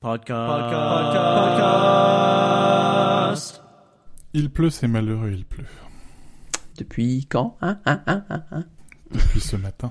Podcast. Il pleut, c'est malheureux, il pleut. Depuis quand Depuis ce matin.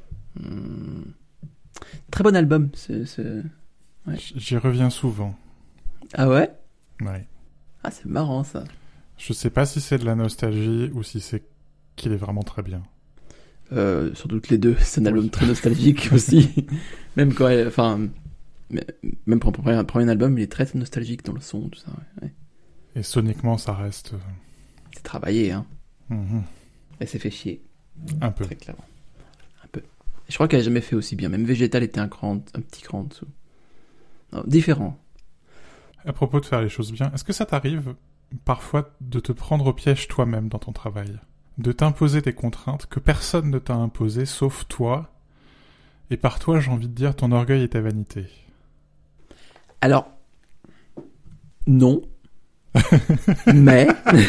Très bon album. Ouais. J'y reviens souvent. Ah ouais? Ouais. Ah, c'est marrant ça. Je sais pas si c'est de la nostalgie ou si c'est qu'il est vraiment très bien. Sans doute les deux. C'est un album très nostalgique aussi. Même quand, même pour un premier album, il est très nostalgique dans le son, tout ça. Ouais. Et soniquement, ça reste. C'est travaillé, hein. Mm-hmm. Elle s'est fait chier. Un peu. Très clairement. Un peu. Et je crois qu'elle a jamais fait aussi bien. Même Végétal était un petit cran en dessous. Non, différent. À propos de faire les choses bien, est-ce que ça t'arrive parfois de te prendre au piège toi-même dans ton travail? De t'imposer des contraintes que personne ne t'a imposées sauf toi, et par toi, j'ai envie de dire, ton orgueil et ta vanité. Alors, non. Mais...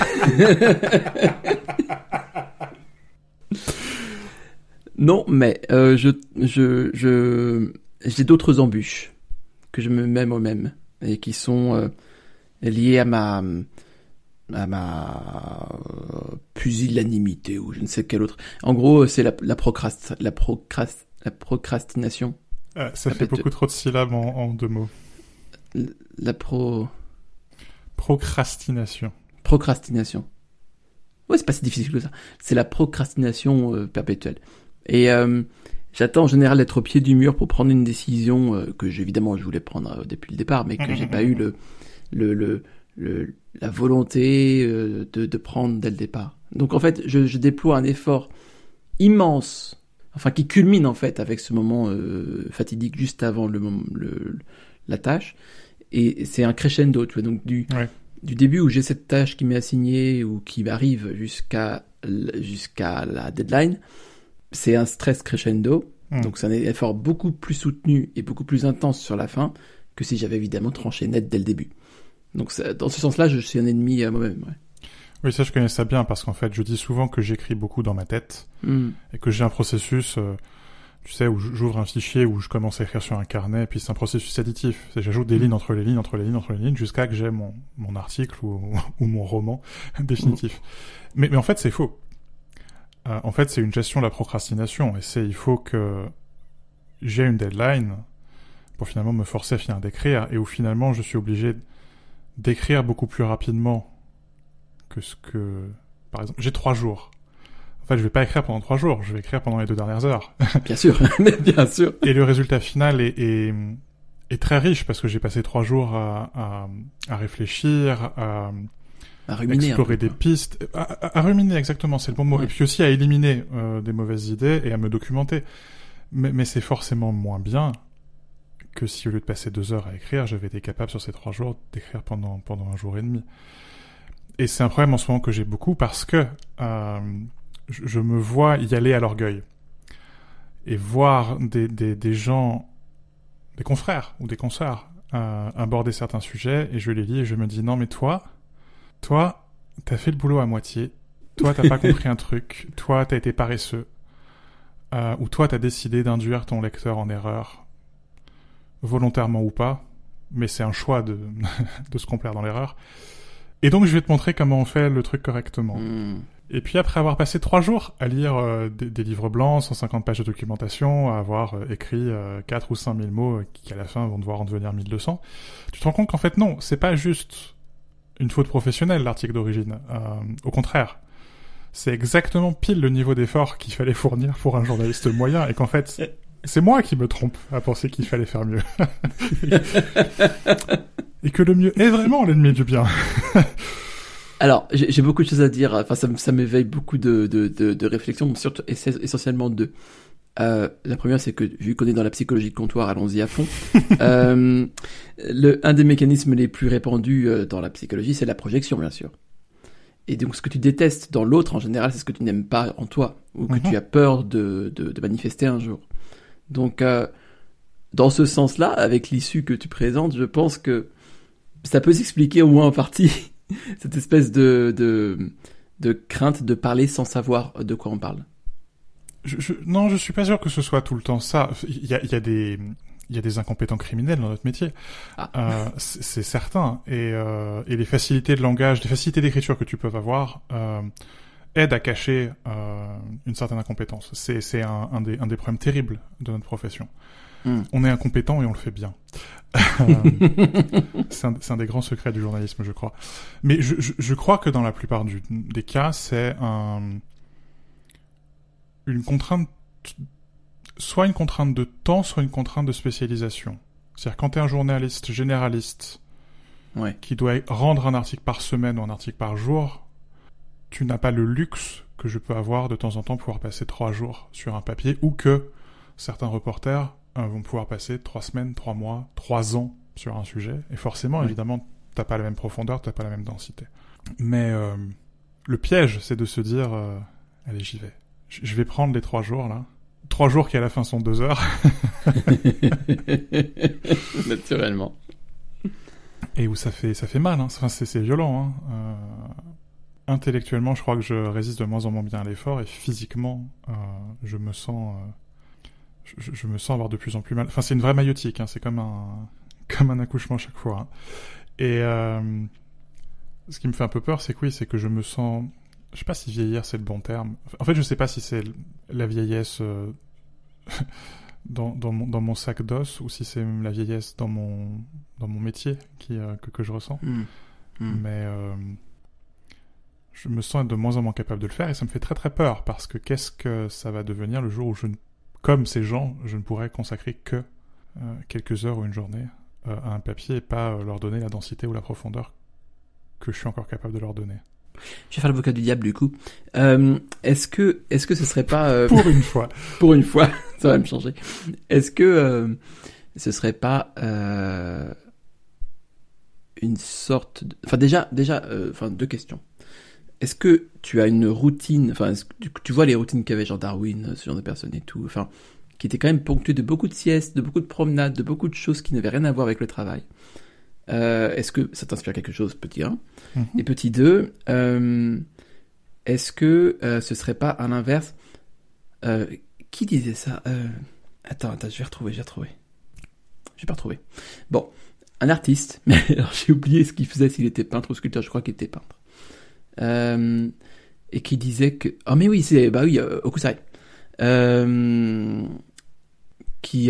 non, mais j'ai d'autres embûches que je me mets moi-même et qui sont liées à ma pusillanimité ou je ne sais quelle autre. En gros, c'est la procrastination. Ça fait beaucoup trop de syllabes en deux mots. Procrastination. Procrastination. Ouais, c'est pas si difficile que ça. C'est la procrastination perpétuelle. Et j'attends en général d'être au pied du mur pour prendre une décision que évidemment je voulais prendre depuis le départ, mais que j'ai pas eu la volonté de prendre dès le départ. Donc en fait, je déploie un effort immense, enfin qui culmine en fait avec ce moment fatidique juste avant la tâche. Et c'est un crescendo, tu vois, donc du début où j'ai cette tâche qui m'est assignée ou qui m'arrive jusqu'à la deadline, c'est un stress crescendo, donc c'est un effort beaucoup plus soutenu et beaucoup plus intense sur la fin que si j'avais évidemment tranché net dès le début. Donc dans ce sens-là, je suis un ennemi à moi-même. Ouais. Oui, ça je connais ça bien parce qu'en fait, je dis souvent que j'écris beaucoup dans ma tête et que j'ai un processus... tu sais, où j'ouvre un fichier, où je commence à écrire sur un carnet, et puis c'est un processus additif. J'ajoute des lignes entre les lignes, jusqu'à que j'ai mon article ou mon roman définitif. Mais en fait, c'est faux. En fait, c'est une gestion de la procrastination, et il faut que j'ai une deadline pour finalement me forcer à finir d'écrire, et où finalement je suis obligé d'écrire beaucoup plus rapidement que ce que... Par exemple, j'ai 3 jours. En fait, je vais pas écrire pendant 3 jours, je vais écrire pendant les 2 dernières heures. Bien sûr, bien sûr. Et le résultat final est très riche parce que j'ai passé 3 jours à réfléchir, à ruminer, explorer des pistes, à ruminer, exactement, c'est le bon mot. Ouais. Et puis aussi à éliminer des mauvaises idées et à me documenter. Mais c'est forcément moins bien que si au lieu de passer 2 heures à écrire, j'avais été capable sur ces 3 jours d'écrire pendant 1 jour et demi. Et c'est un problème en ce moment que j'ai beaucoup parce que je me vois y aller à l'orgueil. Et voir des gens, des confrères ou des consoeurs aborder certains sujets, et je les lis et je me dis, non mais toi, t'as fait le boulot à moitié, toi t'as pas compris un truc, toi t'as été paresseux, ou toi t'as décidé d'induire ton lecteur en erreur, volontairement ou pas, mais c'est un choix de se complaire dans l'erreur. Et donc je vais te montrer comment on fait le truc correctement. Et puis après avoir passé 3 jours à lire des livres blancs, 150 pages de documentation, à avoir écrit 4 ou 5 000 mots qui à la fin vont devoir en devenir 1200, tu te rends compte qu'en fait non, c'est pas juste une faute professionnelle l'article d'origine. Au contraire, c'est exactement pile le niveau d'effort qu'il fallait fournir pour un journaliste moyen, et qu'en fait c'est moi qui me trompe à penser qu'il fallait faire mieux. Et que le mieux est vraiment l'ennemi du bien. Alors, j'ai beaucoup de choses à dire. Enfin, ça m'éveille beaucoup de réflexions, surtout essentiellement deux. La première, c'est que vu qu'on est dans la psychologie de comptoir, allons-y à fond. Un des mécanismes les plus répandus dans la psychologie, c'est la projection, bien sûr. Et donc, ce que tu détestes dans l'autre, en général, c'est ce que tu n'aimes pas en toi, ou que tu as peur de manifester un jour. Donc, dans ce sens-là, avec l'issue que tu présentes, je pense que ça peut s'expliquer au moins en partie cette espèce de crainte de parler sans savoir de quoi on parle. Non, je suis pas sûr que ce soit tout le temps ça. Il y a il y a des incompétents criminels dans notre métier. C'est certain. Et les facilités de langage, les facilités d'écriture que tu peux avoir aident à cacher une certaine incompétence. C'est un des problèmes terribles de notre profession. On est incompétent et on le fait bien. C'est un des grands secrets du journalisme, je crois. Mais je crois que dans la plupart des cas, c'est une contrainte, soit une contrainte de temps, soit une contrainte de spécialisation. C'est-à-dire quand tu es un journaliste généraliste qui doit rendre un article par semaine ou un article par jour, tu n'as pas le luxe que je peux avoir de temps en temps pouvoir passer 3 jours sur un papier, ou que certains reporters vont pouvoir passer 3 semaines, 3 mois, 3 ans sur un sujet. Et forcément, évidemment, t'as pas la même profondeur, t'as pas la même densité. Mais le piège, c'est de se dire allez, j'y vais. Je vais prendre les 3 jours, là. 3 jours qui, à la fin, sont 2 heures. Naturellement. Et où ça fait mal, hein. Enfin, c'est violent, hein. Intellectuellement, je crois que je résiste de moins en moins bien à l'effort, et physiquement, je me sens avoir de plus en plus mal. Enfin, c'est une vraie maïotique, hein. C'est comme un accouchement à chaque fois, hein. Et ce qui me fait un peu peur, c'est que je me sens... Je sais pas si vieillir, c'est le bon terme. En fait, je sais pas si c'est la vieillesse dans mon sac d'os, ou si c'est la vieillesse dans mon métier que je ressens. Mais je me sens être de moins en moins capable de le faire, et ça me fait très très peur, parce que qu'est-ce que ça va devenir le jour où comme ces gens, je ne pourrais consacrer que quelques heures ou une journée à un papier, et pas leur donner la densité ou la profondeur que je suis encore capable de leur donner. Je vais faire l'avocat du diable, du coup. Est-ce que ce serait pas... Pour une fois. Pour une fois, ça va me changer. Est-ce que ce serait pas une sorte... Enfin, déjà, 2 questions. Est-ce que tu as une routine... Enfin, tu vois les routines qu'avait Jean Darwin, ce genre de personnes et tout, enfin, qui étaient quand même ponctuées de beaucoup de siestes, de beaucoup de promenades, de beaucoup de choses qui n'avaient rien à voir avec le travail. Est-ce que ça t'inspire quelque chose, petit 1 ? Et petit 2, est-ce que ce serait pas à l'inverse qui disait ça Attends, je vais retrouver. Je vais pas retrouver. Bon, un artiste, mais alors j'ai oublié ce qu'il faisait, s'il était peintre ou sculpteur, je crois qu'il était peintre. Et qui disait que... Ah mais oui, Hokusai. Il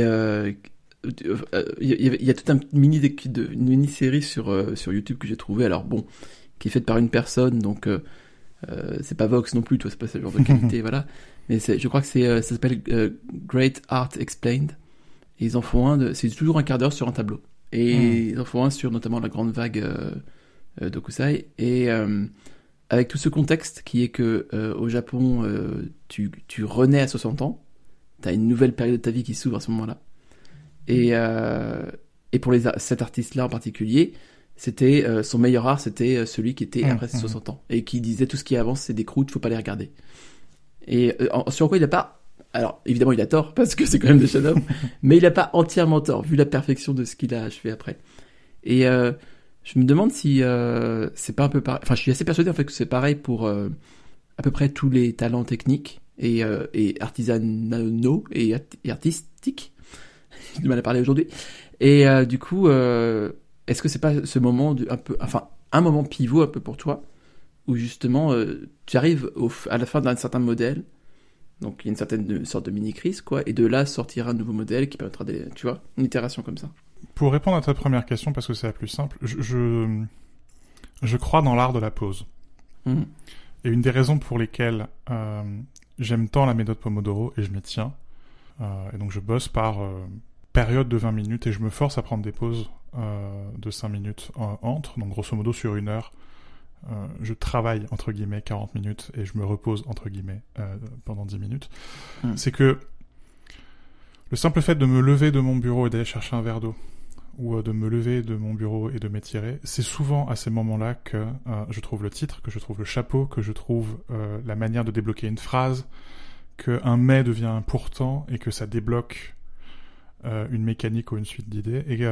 y a tout un une mini-série sur YouTube que j'ai trouvé, alors bon, qui est faite par une personne, donc c'est pas Vox non plus, toi, c'est pas ce genre de qualité, voilà. Mais je crois que ça s'appelle Great Art Explained. Et ils en font c'est toujours un quart d'heure sur un tableau. Et ils en font un sur notamment la grande vague d'Hokusai. Et avec tout ce contexte qui est que au Japon, tu renais à 60 ans, t'as une nouvelle période de ta vie qui s'ouvre à ce moment-là. Et pour cet artiste-là en particulier, c'était son meilleur art, c'était celui qui était après ses 60 ans et qui disait tout ce qui avance c'est des croûtes, faut pas les regarder. Et sur quoi il a pas... Alors évidemment il a tort parce que c'est quand même des chefs-d'œuvre, mais il a pas entièrement tort vu la perfection de ce qu'il a achevé après. Et je me demande si c'est pas un peu pareil. Enfin, je suis assez persuadé en fait que c'est pareil pour à peu près tous les talents techniques et artisanaux et artistiques. J'ai du mal à parler aujourd'hui. Et du coup, est-ce que c'est pas ce moment un moment pivot un peu pour toi, où justement tu arrives à la fin d'un certain modèle, donc il y a une certaine sorte de mini-crise, quoi, et de là sortira un nouveau modèle qui permettra tu vois, une itération comme ça. Pour répondre à ta première question, parce que c'est la plus simple, je crois dans l'art de la pause. Et une des raisons pour lesquelles j'aime tant la méthode Pomodoro, et je m'y tiens, et donc je bosse par période de 20 minutes, et je me force à prendre des pauses de 5 minutes entre, donc grosso modo sur 1 heure, je travaille entre guillemets 40 minutes, et je me repose entre guillemets pendant 10 minutes. C'est que le simple fait de me lever de mon bureau et d'aller chercher un verre d'eau, ou de me lever de mon bureau et de m'étirer, c'est souvent à ces moments-là que je trouve le titre, que je trouve le chapeau, que je trouve la manière de débloquer une phrase, qu'un mais devient un pourtant, et que ça débloque une mécanique ou une suite d'idées. Et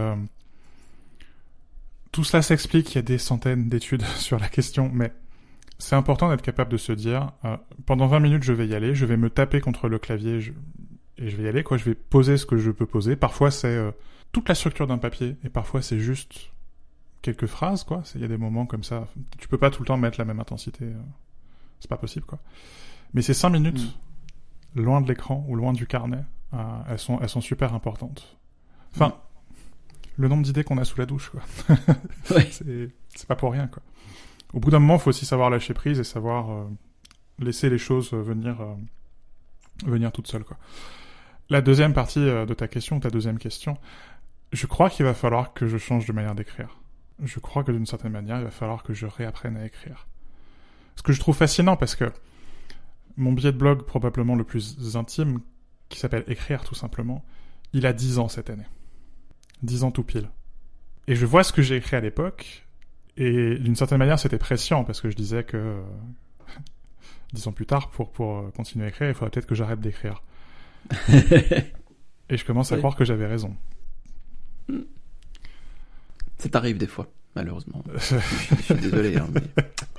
tout cela s'explique, il y a des centaines d'études sur la question, mais c'est important d'être capable de se dire pendant 20 minutes je vais y aller, je vais me taper contre le clavier, je vais y aller, quoi. Je vais poser ce que je peux poser. Parfois, c'est toute la structure d'un papier, et parfois, c'est juste quelques phrases, quoi. Il y a des moments comme ça. Tu peux pas tout le temps mettre la même intensité. C'est pas possible, quoi. Mais ces 5 minutes, loin de l'écran ou loin du carnet, elles sont super importantes. Enfin, le nombre d'idées qu'on a sous la douche, quoi. Ouais. C'est pas pour rien, quoi. Au bout d'un moment, il faut aussi savoir lâcher prise et savoir laisser les choses venir toutes seules, quoi. La deuxième partie de ta deuxième question, je crois qu'il va falloir que je change de manière d'écrire. Je crois que d'une certaine manière, il va falloir que je réapprenne à écrire. Ce que je trouve fascinant, parce que mon billet de blog, probablement le plus intime, qui s'appelle Écrire tout simplement, il a 10 ans cette année. 10 ans tout pile. Et je vois ce que j'ai écrit à l'époque, et d'une certaine manière, c'était prescient, parce que je disais que 10 ans plus tard, pour continuer à écrire, il faudrait peut-être que j'arrête d'écrire. Et je commence à croire que j'avais raison. Ça t'arrive des fois, malheureusement. Je suis désolé, hein, mais...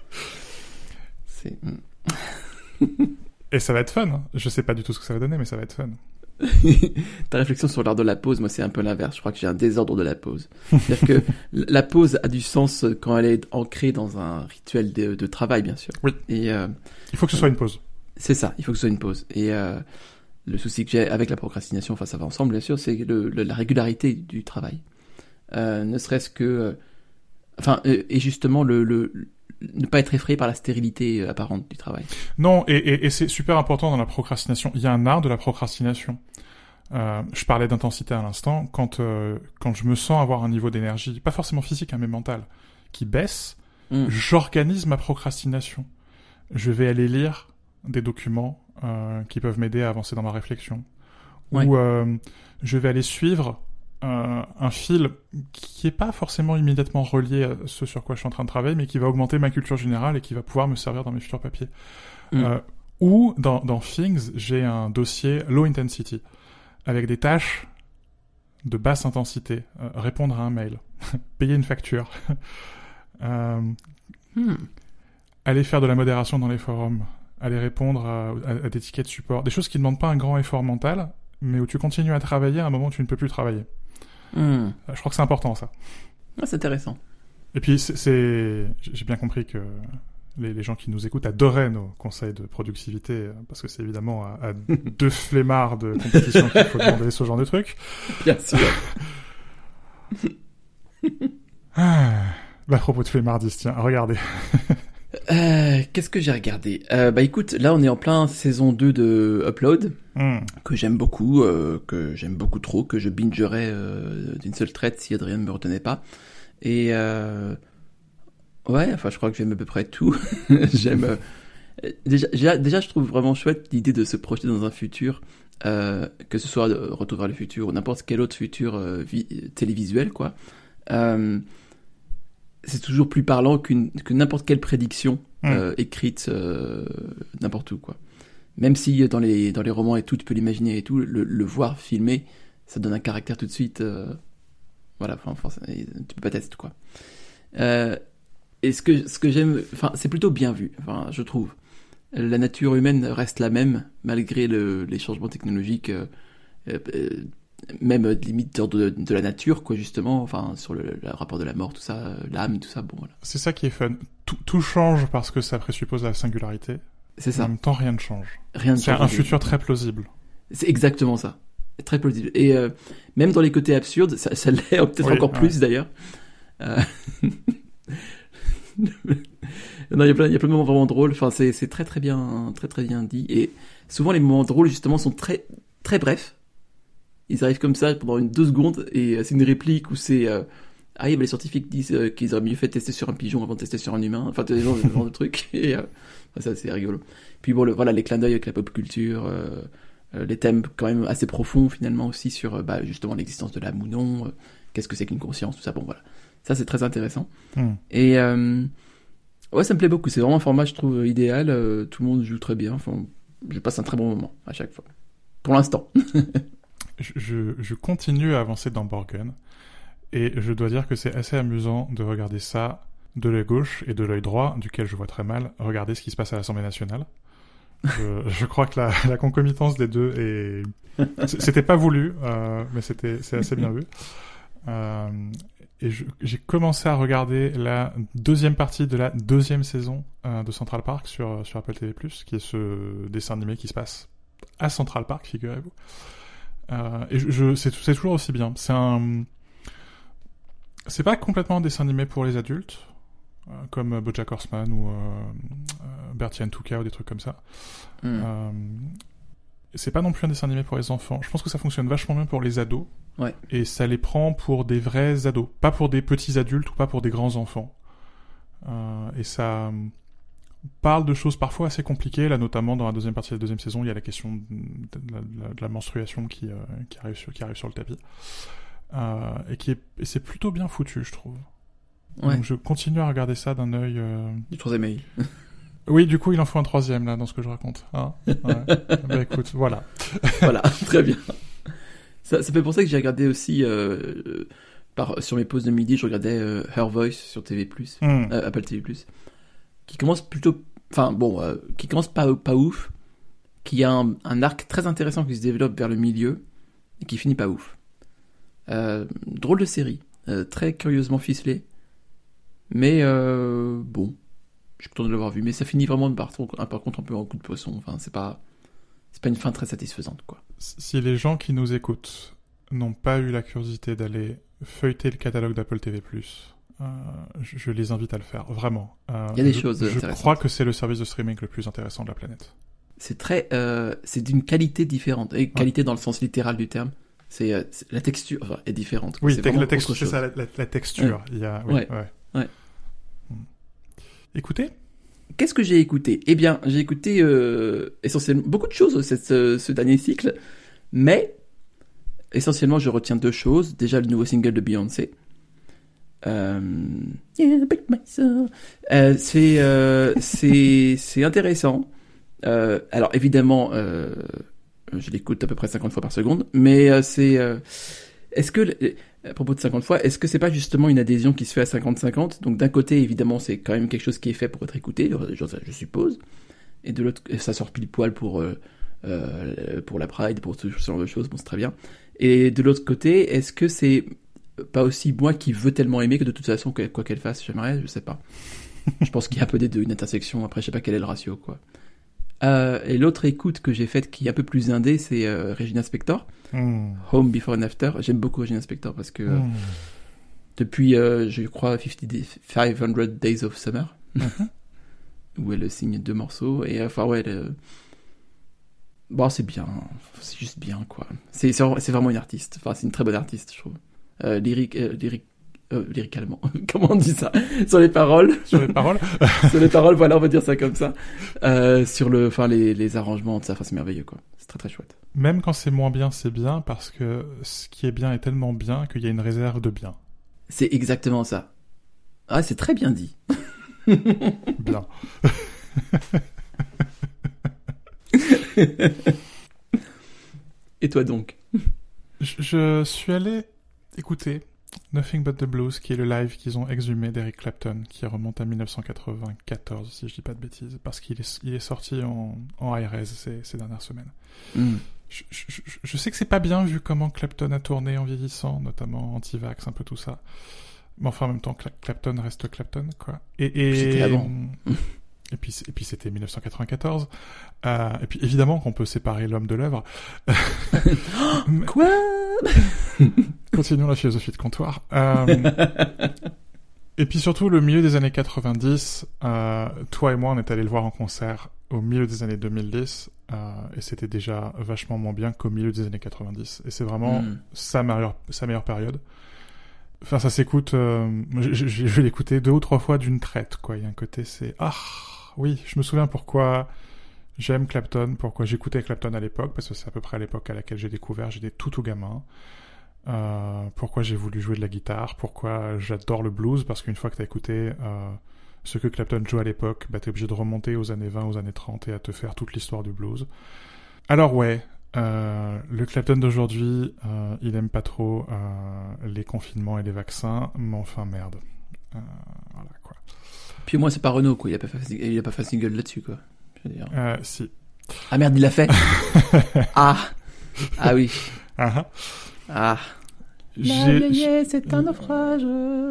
Et ça va être fun. Hein. Je sais pas du tout ce que ça va donner, mais ça va être fun. Ta réflexion sur l'art de la pause, moi c'est un peu l'inverse. Je crois que j'ai un désordre de la pause. C'est-à-dire que la pause a du sens quand elle est ancrée dans un rituel de travail, bien sûr. Oui. Et il faut que ce soit une pause. C'est ça, il faut que ce soit une pause. Et le souci que j'ai avec la procrastination, enfin ça va ensemble bien sûr, c'est la régularité du travail. Ne serait-ce que... et justement ne pas être effrayé par la stérilité apparente du travail. Non, et c'est super important dans la procrastination. Il y a un art de la procrastination. Je parlais d'intensité à l'instant. Quand je me sens avoir un niveau d'énergie, pas forcément physique, hein, mais mental, qui baisse, j'organise ma procrastination. Je vais aller lire des documents qui peuvent m'aider à avancer dans ma réflexion. Ouais. Ou je vais aller suivre un fil qui est pas forcément immédiatement relié à ce sur quoi je suis en train de travailler, mais qui va augmenter ma culture générale et qui va pouvoir me servir dans mes futurs papiers. Ou dans Things, j'ai un dossier Low Intensity, avec des tâches de basse intensité. Répondre à un mail, payer une facture, aller faire de la modération dans les forums, aller répondre à des tickets de support, des choses qui ne demandent pas un grand effort mental, mais où tu continues à travailler à un moment où tu ne peux plus travailler. Je crois que c'est important, ça. Ah, c'est intéressant. Et puis, j'ai bien compris que les gens qui nous écoutent adoraient nos conseils de productivité, parce que c'est évidemment à deux flemmards de compétition qu'il faut demander ce genre de trucs. Bien sûr. À propos de flemmardies, tiens, regardez. Qu'est-ce que j'ai regardé ? Écoute, là on est en plein saison 2 de Upload, que j'aime beaucoup trop, que je bingerais d'une seule traite si Adrien ne me retenait pas. Et je crois que j'aime à peu près tout. J'aime déjà je trouve vraiment chouette l'idée de se projeter dans un futur, que ce soit Retour vers le futur ou n'importe quel autre futur télévisuel, quoi. C'est toujours plus parlant que n'importe quelle prédiction écrite n'importe où, quoi. Même si dans les romans et tout, tu peux l'imaginer et tout, le voir filmé, ça donne un caractère tout de suite. Tu peux pas tester, quoi. Et ce que j'aime, c'est plutôt bien vu, je trouve. La nature humaine reste la même malgré les changements technologiques. Même limite de la nature, quoi, justement, sur le rapport de la mort, tout ça, l'âme, tout ça, bon, voilà. C'est ça qui est fun. Tout change parce que ça présuppose la singularité. C'est ça. En même temps, rien ne change. Rien ne change. C'est un futur très plausible. C'est exactement ça. Très plausible. Et même dans les côtés absurdes, ça l'est peut-être encore plus, d'ailleurs. Non, il y a plein de moments vraiment drôles. C'est très très bien dit. Et souvent, les moments drôles, justement, sont très, très brefs. Ils arrivent comme ça pendant 2 secondes et c'est une réplique où c'est les scientifiques disent qu'ils auraient mieux fait tester sur un pigeon avant de tester sur un humain. Ce genre de trucs. Et ça, c'est rigolo. Puis bon, les clins d'œil avec la pop culture, les thèmes quand même assez profonds finalement aussi sur justement l'existence de l'âme ou non, qu'est-ce que c'est qu'une conscience, tout ça. Bon, voilà. Ça, c'est très intéressant. Et ça me plaît beaucoup. C'est vraiment un format, je trouve, idéal. Tout le monde joue très bien. Je passe un très bon moment à chaque fois. Pour l'instant. Je continue à avancer dans Borgen, et je dois dire que c'est assez amusant de regarder ça de l'œil gauche et de l'œil droit, duquel je vois très mal, regarder ce qui se passe à l'Assemblée nationale. Je crois que la concomitance des deux c'était pas voulu, mais c'est assez bien vu. Et j'ai commencé à regarder la deuxième partie de la deuxième saison de Central Park sur Apple TV+, qui est ce dessin animé qui se passe à Central Park, figurez-vous. Et c'est toujours aussi bien. C'est pas complètement un dessin animé pour les adultes, comme BoJack Horseman ou Bertie and Tuca ou des trucs comme ça. C'est pas non plus un dessin animé pour les enfants. Je pense que ça fonctionne vachement bien pour les ados. Ouais. Et ça les prend pour des vrais ados, pas pour des petits adultes ou pas pour des grands enfants. Et ça parle de choses parfois assez compliquées. Là, notamment dans la deuxième partie de la deuxième saison, il y a la question de la menstruation qui arrive sur le tapis. Et c'est plutôt bien foutu, je trouve. Ouais. Donc je continue à regarder ça d'un œil... Du troisième œil. Oui, du coup, il en faut un troisième, là, dans ce que je raconte. Hein, ouais. Bah écoute, voilà. Voilà, très bien. Ça fait penser que j'ai regardé aussi, sur mes pauses de midi, je regardais Her Voice sur TV+, Apple TV+, qui commence plutôt... Enfin, bon, qui commence pas ouf, qui a un arc très intéressant qui se développe vers le milieu, et qui finit pas ouf. Drôle de série, très curieusement ficelée, mais bon... Je suis content de l'avoir vu, mais ça finit vraiment par contre un peu en coup de poisson. Enfin, c'est pas une fin très satisfaisante, quoi. Si les gens qui nous écoutent n'ont pas eu la curiosité d'aller feuilleter le catalogue d'Apple TV+, je les invite à le faire, vraiment. Il y a des choses intéressantes. Je crois que c'est le service de streaming le plus intéressant de la planète. C'est d'une qualité différente, et qualité dans le sens littéral du terme. C'est la texture est différente. Oui, c'est la texture, c'est ça, la texture. Ouais. Il y a, ouais. Écoutez. Qu'est-ce que j'ai écouté ? Eh bien, j'ai écouté essentiellement beaucoup de choses ce dernier cycle, mais essentiellement, je retiens deux choses. Déjà, le nouveau single de Beyoncé. Yeah, break my soul. C'est intéressant. Alors, évidemment, je l'écoute à peu près 50 fois par seconde, mais est-ce que... À propos de 50 fois, est-ce que c'est pas justement une adhésion qui se fait à 50-50 ? Donc d'un côté, évidemment, c'est quand même quelque chose qui est fait pour être écouté, je suppose. Et de l'autre, ça sort pile poil pour la Pride, pour ce genre de choses, bon, c'est très bien. Et de l'autre côté, est-ce que c'est pas aussi moi qui veux tellement aimer que de toute façon, quoi qu'elle fasse, j'aimerais, je sais pas. Je pense qu'il y a un peu des deux, une intersection, après je sais pas quel est le ratio, quoi. Et l'autre écoute que j'ai faite qui est un peu plus indé, c'est Regina Spektor. Home Before and After. J'aime beaucoup Regina Spektor parce que depuis, je crois, 500 Days of Summer, où elle signe 2 morceaux, et enfin, ouais, bon, c'est bien, c'est juste bien, quoi. C'est vraiment une artiste, enfin, c'est une très bonne artiste, je trouve. Lyricalement, comment on dit ça ? Sur les paroles. Sur les paroles. Sur les paroles, voilà, on va dire ça comme ça. Sur les arrangements, tout ça, enfin, c'est merveilleux, quoi. C'est très très chouette. Même quand c'est moins bien, c'est bien, parce que ce qui est bien est tellement bien qu'il y a une réserve de bien. C'est exactement ça. Ah, c'est très bien dit. Bien. Et toi donc ? Je suis allé écouter Nothing But The Blues, qui est le live qu'ils ont exhumé d'Eric Clapton, qui remonte à 1994, si je dis pas de bêtises, parce qu'il est sorti en high-res ces dernières semaines. Je sais que c'est pas bien vu comment Clapton a tourné en vieillissant, notamment anti-vax, un peu tout ça. Mais enfin, en même temps, Clapton reste Clapton, quoi. C'était avant. Et puis c'était 1994. Et puis évidemment qu'on peut séparer l'homme de l'œuvre. Quoi ? Continuons la philosophie de comptoir. Et puis surtout, le milieu des années 90, toi et moi, on est allés le voir en concert au milieu des années 2010, et c'était déjà vachement moins bien qu'au milieu des années 90. Et c'est vraiment sa meilleure période. Enfin, ça s'écoute... je vais l'écouter 2 ou 3 fois d'une traite, quoi. Il y a un côté, c'est... Ah, oui, je me souviens pourquoi j'aime Clapton, pourquoi j'écoutais Clapton à l'époque, parce que c'est à peu près à l'époque à laquelle j'ai découvert, j'étais tout gamin. Pourquoi j'ai voulu jouer de la guitare, pourquoi j'adore le blues, parce qu'une fois que t'as écouté ce que Clapton jouait à l'époque, bah t'es obligé de remonter aux années 20, aux années 30 et à te faire toute l'histoire du blues. Alors ouais, le Clapton d'aujourd'hui, il aime pas trop les confinements et les vaccins, mais enfin merde. Voilà quoi. Puis moi c'est pas Renaud, quoi, il a pas fait single là-dessus, quoi. Je veux dire. Si. Ah merde, il l'a fait. Ah oui. Ah. La vieillesse, c'est un naufrage.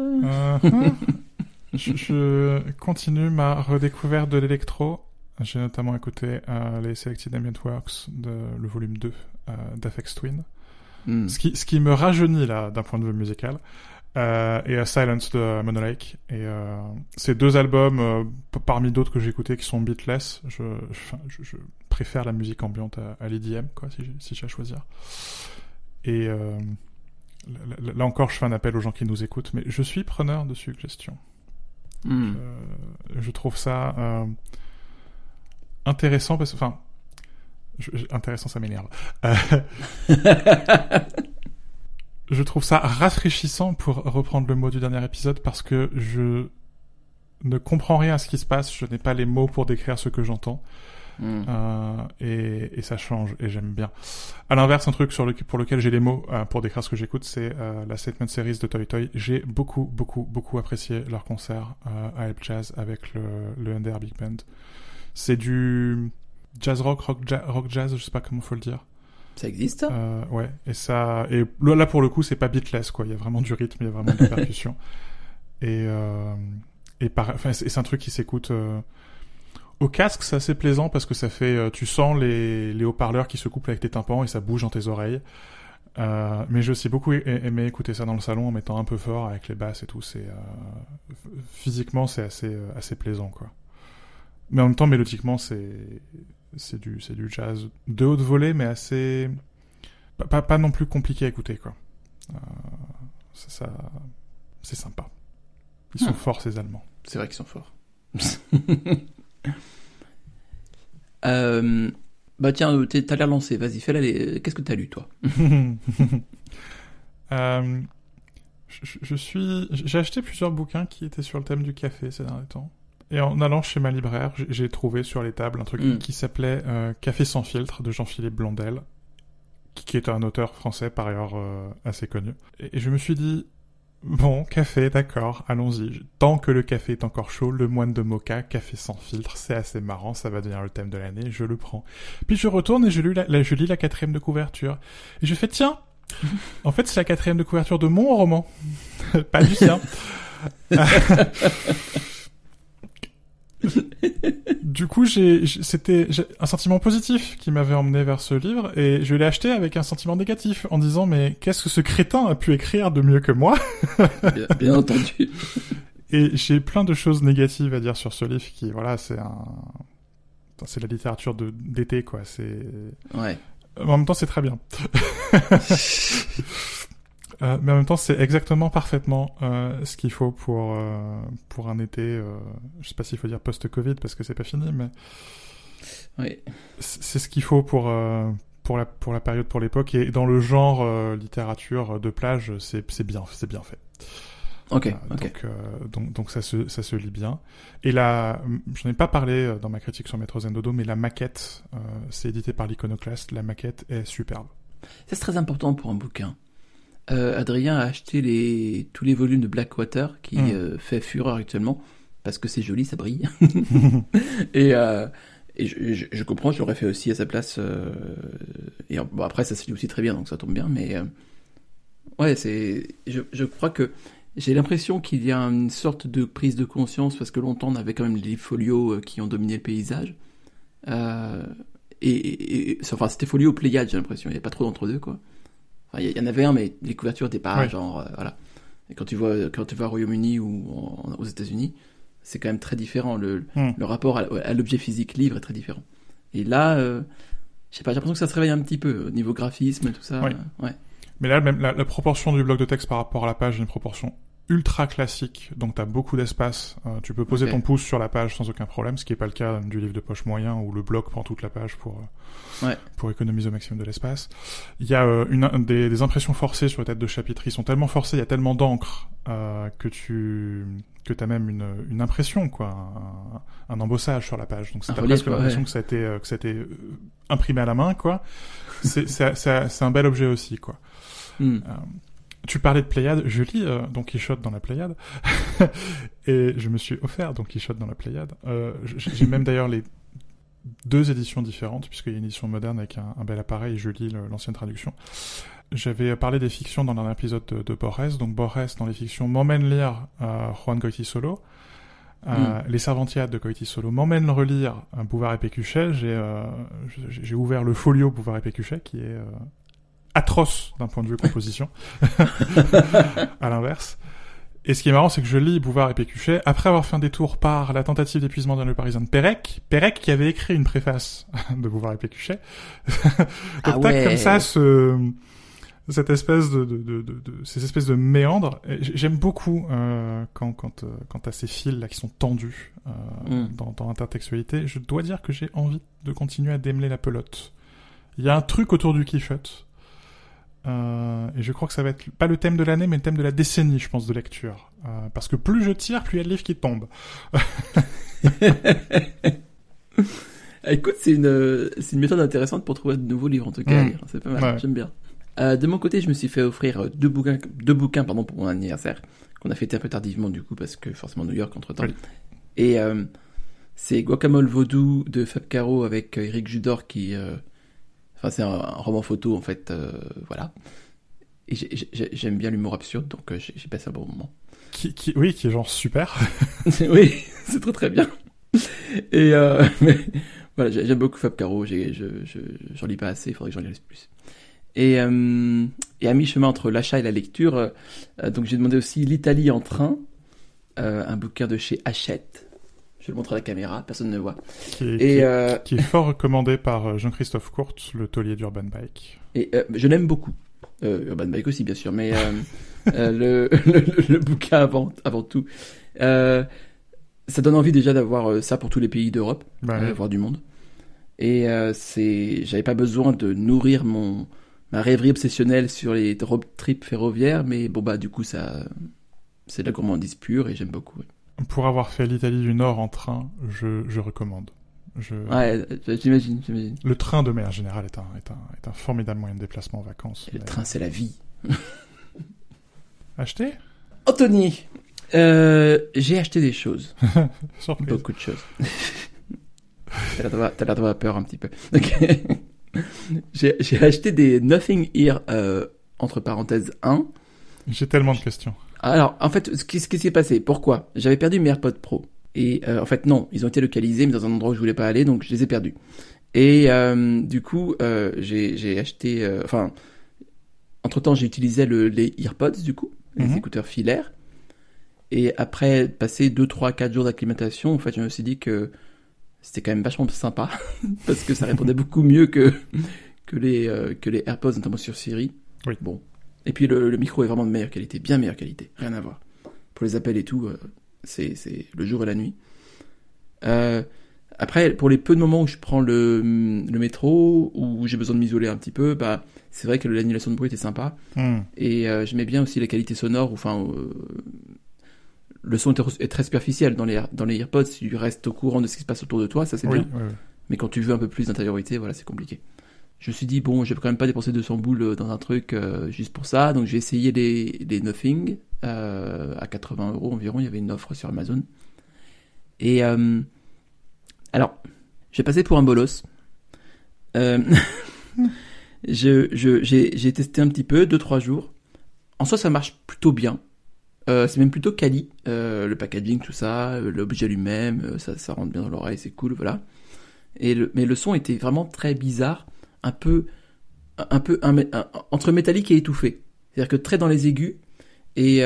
Je continue ma redécouverte de l'électro. J'ai notamment écouté les Selected Ambient Works le volume 2 d'Aphex Twin. Ce qui me rajeunit là d'un point de vue musical. Et Silence de Monolake. Et ces deux albums, parmi d'autres que j'ai écoutés qui sont beatless, je préfère la musique ambiante à l'EDM, quoi, si j'ai à choisir. Et là encore, je fais un appel aux gens qui nous écoutent, mais je suis preneur de suggestions. Je trouve ça intéressant parce que, enfin, intéressant, ça m'énerve. Je trouve ça rafraîchissant, pour reprendre le mot du dernier épisode, parce que je ne comprends rien à ce qui se passe, je n'ai pas les mots pour décrire ce que j'entends. Et ça change, et j'aime bien. À l'inverse, un truc pour lequel j'ai les mots pour décrire ce que j'écoute, c'est la Statement Series de Toy Toy. J'ai beaucoup apprécié leur concert à Help Jazz avec le NDR Big Band. C'est du jazz rock jazz, je sais pas comment faut le dire. Ça existe? Ouais, et là pour le coup, c'est pas beatless, quoi. Il y a vraiment du rythme, il y a vraiment de la percussion. Et c'est un truc qui s'écoute au casque, c'est assez plaisant parce que ça fait, tu sens les haut-parleurs qui se couplent avec tes tympans et ça bouge dans tes oreilles. Mais j'ai aussi beaucoup aimé écouter ça dans le salon en mettant un peu fort avec les basses et tout. Physiquement, c'est assez plaisant, quoi. Mais en même temps, mélodiquement, c'est du jazz de haute volée, mais assez pas non plus compliqué à écouter, quoi. C'est sympa. Ils sont forts, ces Allemands. C'est vrai qu'ils sont forts. Bah tiens, t'as l'air lancé, vas-y, fais-la. Qu'est-ce que t'as lu, toi? J'ai acheté plusieurs bouquins qui étaient sur le thème du café ces derniers temps. Et en allant chez ma libraire, j'ai trouvé sur les tables un truc qui s'appelait Café sans filtre de Jean-Philippe Blondel, qui est un auteur français par ailleurs assez connu. Et je me suis dit, bon, café, d'accord, allons-y. Tant que le café est encore chaud, le moine de Moka, café sans filtre, c'est assez marrant, ça va devenir le thème de l'année, je le prends. Puis je retourne et je lis la 4e de couverture. Et je fais, tiens, en fait c'est la 4e de couverture de mon roman, pas du sien. Du coup, c'était un sentiment positif qui m'avait emmené vers ce livre, et je l'ai acheté avec un sentiment négatif en disant, mais qu'est-ce que ce crétin a pu écrire de mieux que moi? Bien entendu. Et j'ai plein de choses négatives à dire sur ce livre qui, voilà, c'est la littérature d'été, quoi. Ouais. En même temps, c'est très bien. Mais en même temps, c'est exactement parfaitement ce qu'il faut pour un été. Je sais pas s'il faut dire post-Covid parce que c'est pas fini, mais oui. C'est ce qu'il faut pour la période, pour l'époque, et dans le genre littérature de plage, c'est bien fait. Ok. Donc ça se lit bien. Et là, j'en ai pas parlé dans ma critique sur Maître Zen Dodo, mais la maquette, c'est édité par l'Iconoclaste. La maquette est superbe. Ça, c'est très important pour un bouquin. Adrien a acheté tous les volumes de Blackwater qui fait fureur actuellement parce que c'est joli, ça brille. et je comprends, je l'aurais fait aussi à sa place. Et bon, après, ça se lit aussi très bien, donc ça tombe bien. Mais ouais, je crois que j'ai l'impression qu'il y a une sorte de prise de conscience parce que longtemps on avait quand même les folios qui ont dominé le paysage. Enfin, c'était folio Pléiade, j'ai l'impression. Il n'y avait pas trop d'entre-deux, quoi. Enfin, il y en avait un, mais les couvertures étaient pas genre voilà. Et quand tu vas au Royaume-Uni ou aux États-Unis, c'est quand même très différent. Le rapport à l'objet physique livre est très différent. Et là, je sais pas, j'ai l'impression que ça se réveille un petit peu au niveau graphisme et tout ça. Oui. Ouais. Mais là, même la proportion du bloc de texte par rapport à la page est une proportion ultra classique, donc t'as beaucoup d'espace. Tu peux poser ton pouce sur la page sans aucun problème, ce qui est pas le cas du livre de poche moyen où le bloc prend toute la page pour économiser au maximum de l'espace. Il y a des impressions forcées sur les têtes de chapitres. Ils sont tellement forcés, il y a tellement d'encre que t'as même une impression, quoi, un embossage sur la page. Donc t'as presque l'impression que ça a été imprimé à la main, quoi. C'est un bel objet aussi, quoi. Tu parlais de Pléiade, je lis Don Quichotte dans la Pléiade, et je me suis offert Don Quichotte dans la Pléiade. J'ai même d'ailleurs 2 éditions différentes, puisqu'il y a une édition moderne avec un bel appareil, je lis l'ancienne traduction. J'avais parlé des fictions dans un épisode de Borges, donc Borges dans les fictions m'emmène lire Juan Goytisolo. Les Servantiades de Goytisolo m'emmènent relire Bouvard et Pécuchet. J'ai ouvert le folio Bouvard et Pécuchet, qui est atroce d'un point de vue composition, à l'inverse. Et ce qui est marrant, c'est que je lis Bouvard et Pécuchet après avoir fait un détour par La tentative d'épuisement d'un lieu parisien de Pérec qui avait écrit une préface de Bouvard et Pécuchet. Donc t'as comme ça cette espèce ces espèces de méandres. J'aime beaucoup quand t'as ces fils là qui sont tendus dans l'intertextualité. Je dois dire que j'ai envie de continuer à démêler la pelote. Il y a un truc autour du quichotte. Et je crois que ça va être pas le thème de l'année, mais le thème de la décennie, je pense, de lecture. Parce que plus je tire, plus il y a de livres qui tombent. Écoute, c'est une méthode intéressante pour trouver de nouveaux livres, en tout cas, à lire. C'est pas mal, ouais. J'aime bien. De mon côté, je me suis fait offrir deux bouquins pour mon anniversaire, qu'on a fêté un peu tardivement, du coup, parce que forcément New York, entre-temps. Oui. Et c'est Guacamole Vaudou de Fab Caro avec Éric Judor qui... Enfin, c'est un roman photo, en fait, voilà. Et j'aime bien l'humour absurde, donc j'ai passé un bon moment. Qui est genre super. Oui, c'est très très bien. Et mais, voilà, j'aime beaucoup Fab Caro, j'en lis pas assez, il faudrait que j'en lise plus. Et à mi-chemin entre l'achat et la lecture, donc j'ai demandé aussi L'Italie en train, un bouquin de chez Hachette. Je vais le montrer à la caméra, personne ne voit. Qui est fort recommandé par Jean-Christophe Courte, le taulier d'Urban Bike. Et je l'aime beaucoup. Urban Bike aussi, bien sûr, mais le bouquin avant tout. Ça donne envie déjà d'avoir ça pour tous les pays d'Europe, voir du monde. Et j'avais pas besoin de nourrir ma rêverie obsessionnelle sur les road trips ferroviaires, mais bon, du coup, c'est de la gourmandise pure et j'aime beaucoup. Oui. Pour avoir fait l'Italie du Nord en train, je recommande. Ouais, j'imagine. Le train de manière générale est un formidable moyen de déplacement en vacances. Et le train, c'est la vie. Acheter ? Anthony, j'ai acheté des choses. Surprise. Beaucoup de choses. T'as l'air d'avoir peur un petit peu. Okay. J'ai acheté des Nothing Ear, entre parenthèses 1. J'ai tellement de questions. Alors, en fait, ce qui s'est passé, pourquoi ? J'avais perdu mes AirPods Pro. Et en fait, non, ils ont été localisés, mais dans un endroit où je voulais pas aller, donc je les ai perdus. Et du coup, j'ai acheté... entre-temps, j'ai utilisé les AirPods, du coup, les écouteurs filaires. Et après passer 2, 3, 4 jours d'acclimatation, en fait, je me suis dit que c'était quand même vachement sympa, parce que ça répondait beaucoup mieux que les AirPods, notamment sur Siri. Oui. Bon. Et puis le micro est vraiment de meilleure qualité, bien meilleure qualité, rien à voir. Pour les appels et tout, c'est le jour et la nuit. Après, pour les peu de moments où je prends le métro, où j'ai besoin de m'isoler un petit peu, c'est vrai que l'annulation de bruit était sympa. Et j'aimais bien aussi la qualité sonore, le son est très superficiel dans les AirPods, si tu restes au courant de ce qui se passe autour de toi, ça c'est bien. Oui. Mais quand tu veux un peu plus d'intériorité, voilà, c'est compliqué. Je me suis dit, bon, je vais quand même pas dépenser 200 boules dans un truc juste pour ça, donc j'ai essayé les Nothing à 80 € environ, il y avait une offre sur Amazon. Et alors, j'ai passé pour un bolos. J'ai testé un petit peu, 2-3 jours. En soi, ça marche plutôt bien. C'est même plutôt quali. Le packaging, tout ça, l'objet lui-même, ça rentre bien dans l'oreille, c'est cool, voilà. Mais le son était vraiment très bizarre. Un peu entre métallique et étouffé. C'est-à-dire que très dans les aigus et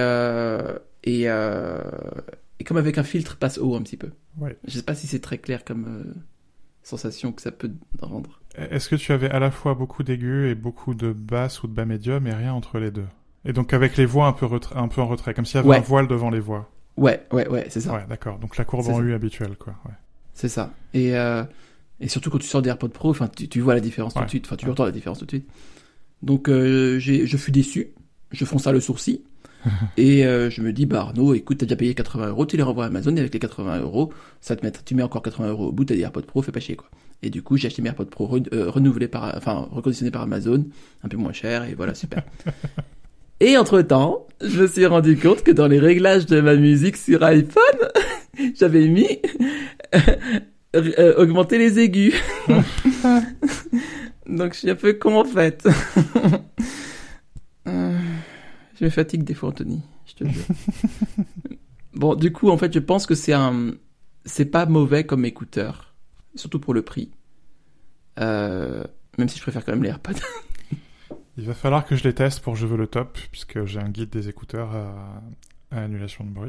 comme avec un filtre passe haut un petit peu. Ouais. Je sais pas si c'est très clair comme sensation que ça peut rendre. Est-ce que tu avais à la fois beaucoup d'aigus et beaucoup de basses ou de bas médium et rien entre les deux? Et donc avec les voix un peu en retrait, comme s'il y avait un voile devant les voix. Ouais, c'est ça. Ouais, d'accord. Donc la courbe en U habituelle, quoi. Ouais. C'est ça. Et surtout quand tu sors des AirPods Pro, tu vois la différence tout de suite. Enfin, tu entends la différence tout de suite. Donc je fus déçu. Je fronça le sourcil. Et je me dis, Arnaud, écoute, t'as déjà payé 80 €, tu les renvoies à Amazon et avec les 80 €, tu mets encore 80 € au bout, t'as des AirPods Pro, fais pas chier, quoi. Et du coup, j'ai acheté mes AirPods Pro reconditionnés par Amazon, un peu moins cher, et voilà, super. Et entre-temps, je me suis rendu compte que dans les réglages de ma musique sur iPhone, j'avais mis augmenter les aigus. Donc je suis un peu con en fait. Je me fatigue des fois, Anthony, je te le jure. Bon, du coup, en fait, je pense que c'est pas mauvais comme écouteur, surtout pour le prix. Même si je préfère quand même les AirPods. Il va falloir que je les teste pour Je veux le top, puisque j'ai un guide des écouteurs à annulation de bruit.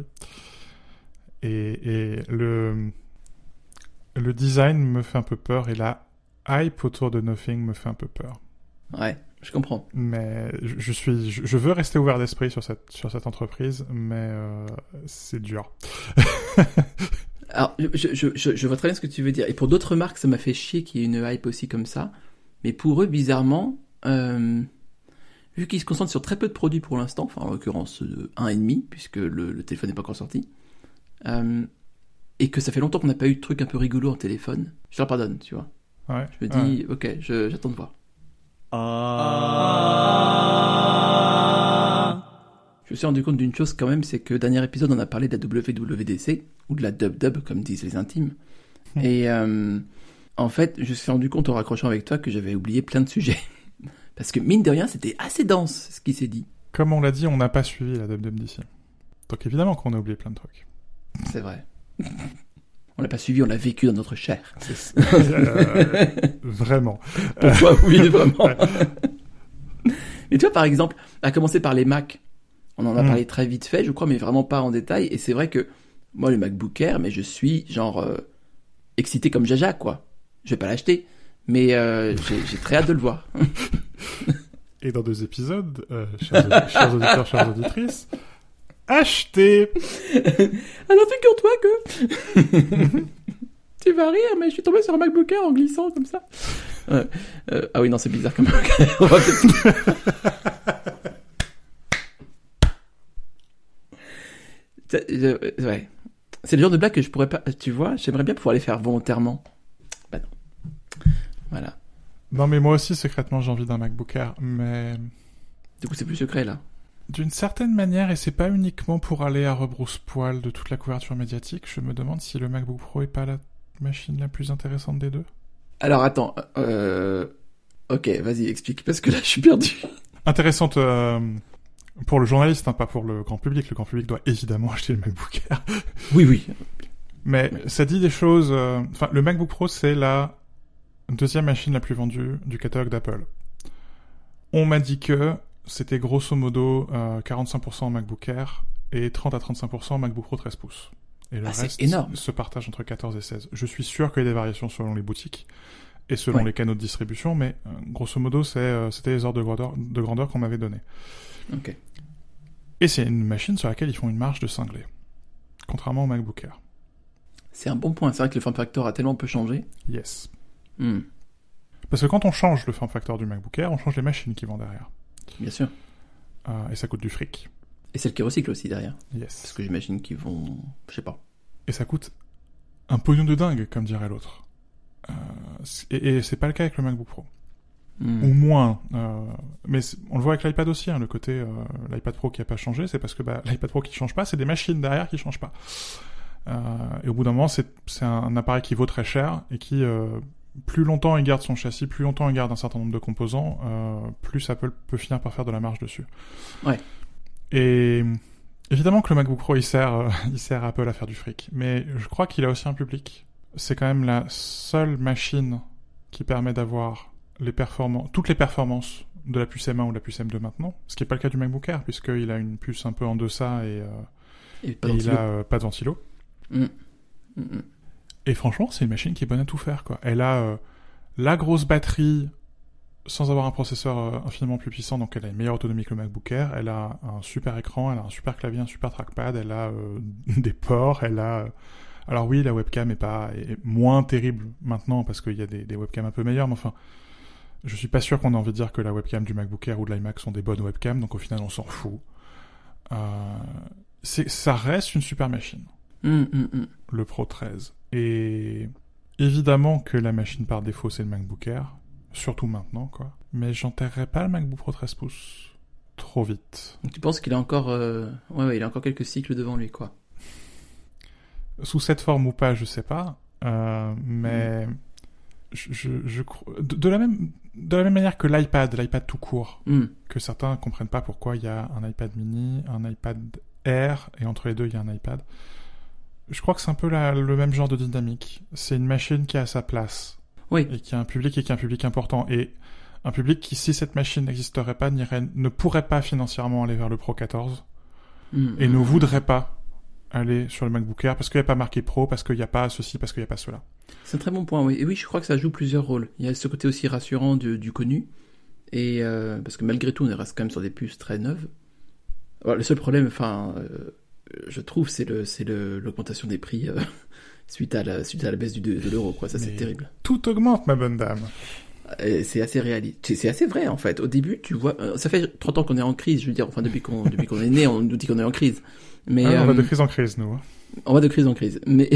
Et le design me fait un peu peur, et la hype autour de Nothing me fait un peu peur. Ouais, je comprends. Mais je veux rester ouvert d'esprit sur cette entreprise, mais c'est dur. Alors, je vois très bien ce que tu veux dire. Et pour d'autres marques, ça m'a fait chier qu'il y ait une hype aussi comme ça. Mais pour eux, bizarrement, vu qu'ils se concentrent sur très peu de produits pour l'instant, enfin en l'occurrence 1,5, puisque le téléphone n'est pas encore sorti, et que ça fait longtemps qu'on n'a pas eu de trucs un peu rigolos en téléphone, je leur pardonne, tu vois. Ouais, je me dis, ok, j'attends de voir. Je me suis rendu compte d'une chose quand même, c'est que dernier épisode, on a parlé de la WWDC, ou de la Dub, comme disent les intimes. Et en fait, je me suis rendu compte en raccrochant avec toi que j'avais oublié plein de sujets. Parce que mine de rien, c'était assez dense ce qui s'est dit. Comme on l'a dit, on n'a pas suivi la WWDC. Donc évidemment qu'on a oublié plein de trucs. C'est vrai. On l'a pas suivi, on l'a vécu dans notre chair. Vraiment. Pourquoi oui, vraiment. Mais tu vois, par exemple, à commencer par les Mac, on en a parlé très vite fait, je crois, mais vraiment pas en détail. Et c'est vrai que moi, le MacBook Air, mais je suis genre excité comme Jaja, quoi. Je vais pas l'acheter, mais j'ai très hâte de le voir. Et dans 2 épisodes, chers auditeurs, chères auditrices, achetez. Alors figure-toi que tu vas rire, mais je suis tombé sur un MacBook Air en glissant comme ça. Ah oui, non, c'est bizarre comme on va ouais. C'est le genre de blague que je pourrais pas, tu vois, j'aimerais bien pouvoir les faire volontairement. Bah non. Voilà. Non, mais moi aussi, secrètement, j'ai envie d'un MacBook Air, mais... Du coup, c'est plus secret, là. D'une certaine manière, et c'est pas uniquement pour aller à rebrousse-poil de toute la couverture médiatique, je me demande si le MacBook Pro est pas la machine la plus intéressante des deux. Alors, attends, ok, vas-y, explique, parce que là, je suis perdu. Intéressante pour le journaliste, hein, pas pour le grand public. Le grand public doit évidemment acheter le MacBook Air. Oui. Mais ça dit des choses... Enfin, le MacBook Pro, c'est la 2e machine la plus vendue du catalogue d'Apple. On m'a dit que c'était grosso modo 45% en MacBook Air et 30 à 35% en MacBook Pro 13 pouces. Et le reste se partage entre 14 et 16. Je suis sûr qu'il y a des variations selon les boutiques et selon les canaux de distribution, mais grosso modo, c'était les ordres de grandeur qu'on m'avait donné. Ok. Et c'est une machine sur laquelle ils font une marge de cinglé, contrairement au MacBook Air. C'est un bon point. C'est vrai que le form factor a tellement peu changé. Yes. Parce que quand on change le form factor du MacBook Air, on change les machines qui vont derrière. Bien sûr. Et ça coûte du fric. Et celles qui recyclent aussi derrière. Yes. Parce que j'imagine qu'ils vont... Je sais pas. Et ça coûte un pognon de dingue, comme dirait l'autre. Et c'est pas le cas avec le MacBook Pro. Ou moins. Mais on le voit avec l'iPad aussi, hein, le côté l'iPad Pro qui a pas changé, c'est parce que l'iPad Pro qui change pas, c'est des machines derrière qui changent pas. Et au bout d'un moment, c'est un appareil qui vaut très cher et qui... plus longtemps il garde son châssis, plus longtemps il garde un certain nombre de composants, plus Apple peut finir par faire de la marge dessus. Ouais. Et évidemment que le MacBook Pro il sert à Apple à faire du fric, mais je crois qu'il a aussi un public. C'est quand même la seule machine qui permet d'avoir toutes les performances de la puce M1 ou de la puce M2 maintenant, ce qui n'est pas le cas du MacBook Air puisqu'il a une puce un peu en deçà et il a pas de ventilo. Et franchement, c'est une machine qui est bonne à tout faire, quoi. Elle a la grosse batterie sans avoir un processeur infiniment plus puissant, donc elle a une meilleure autonomie que le MacBook Air. Elle a un super écran, elle a un super clavier, un super trackpad, elle a des ports, elle a... Alors oui, la webcam est moins terrible maintenant, parce qu'il y a des webcams un peu meilleures, mais enfin, je suis pas sûr qu'on ait envie de dire que la webcam du MacBook Air ou de l'iMac sont des bonnes webcams, donc au final, on s'en fout. Ça reste une super machine. Le Pro 13. Et évidemment que la machine par défaut, c'est le MacBook Air. Surtout maintenant, quoi. Mais j'enterrerai pas le MacBook Pro 13 pouces trop vite. Donc tu penses qu'il a encore... il a encore quelques cycles devant lui, quoi. Sous cette forme ou pas, je sais pas. Mais je de la même manière que l'iPad tout court, que certains comprennent pas pourquoi il y a un iPad mini, un iPad Air, et entre les deux il y a un iPad. Je crois que c'est un peu le même genre de dynamique. C'est une machine qui a sa place. Oui. Et qui a un public important. Et un public qui, si cette machine n'existerait pas, ne pourrait pas financièrement aller vers le Pro 14. Et ne voudrait pas aller sur le MacBook Air parce qu'il n'y a pas marqué Pro, parce qu'il n'y a pas ceci, parce qu'il n'y a pas cela. C'est un très bon point, oui. Et oui, je crois que ça joue plusieurs rôles. Il y a ce côté aussi rassurant du connu. Et parce que malgré tout, on reste quand même sur des puces très neuves. Alors, le seul problème, je trouve, c'est l'augmentation des prix suite à la baisse de l'euro, quoi. Ça, c'est terrible. Tout augmente, ma bonne dame. Et c'est assez réaliste. C'est assez vrai, en fait. Au début, tu vois, ça fait 30 ans qu'on est en crise, je veux dire, enfin, depuis qu'on est né, on nous dit qu'on est en crise. Mais, on va de crise en crise, nous. On va de crise en crise. Mais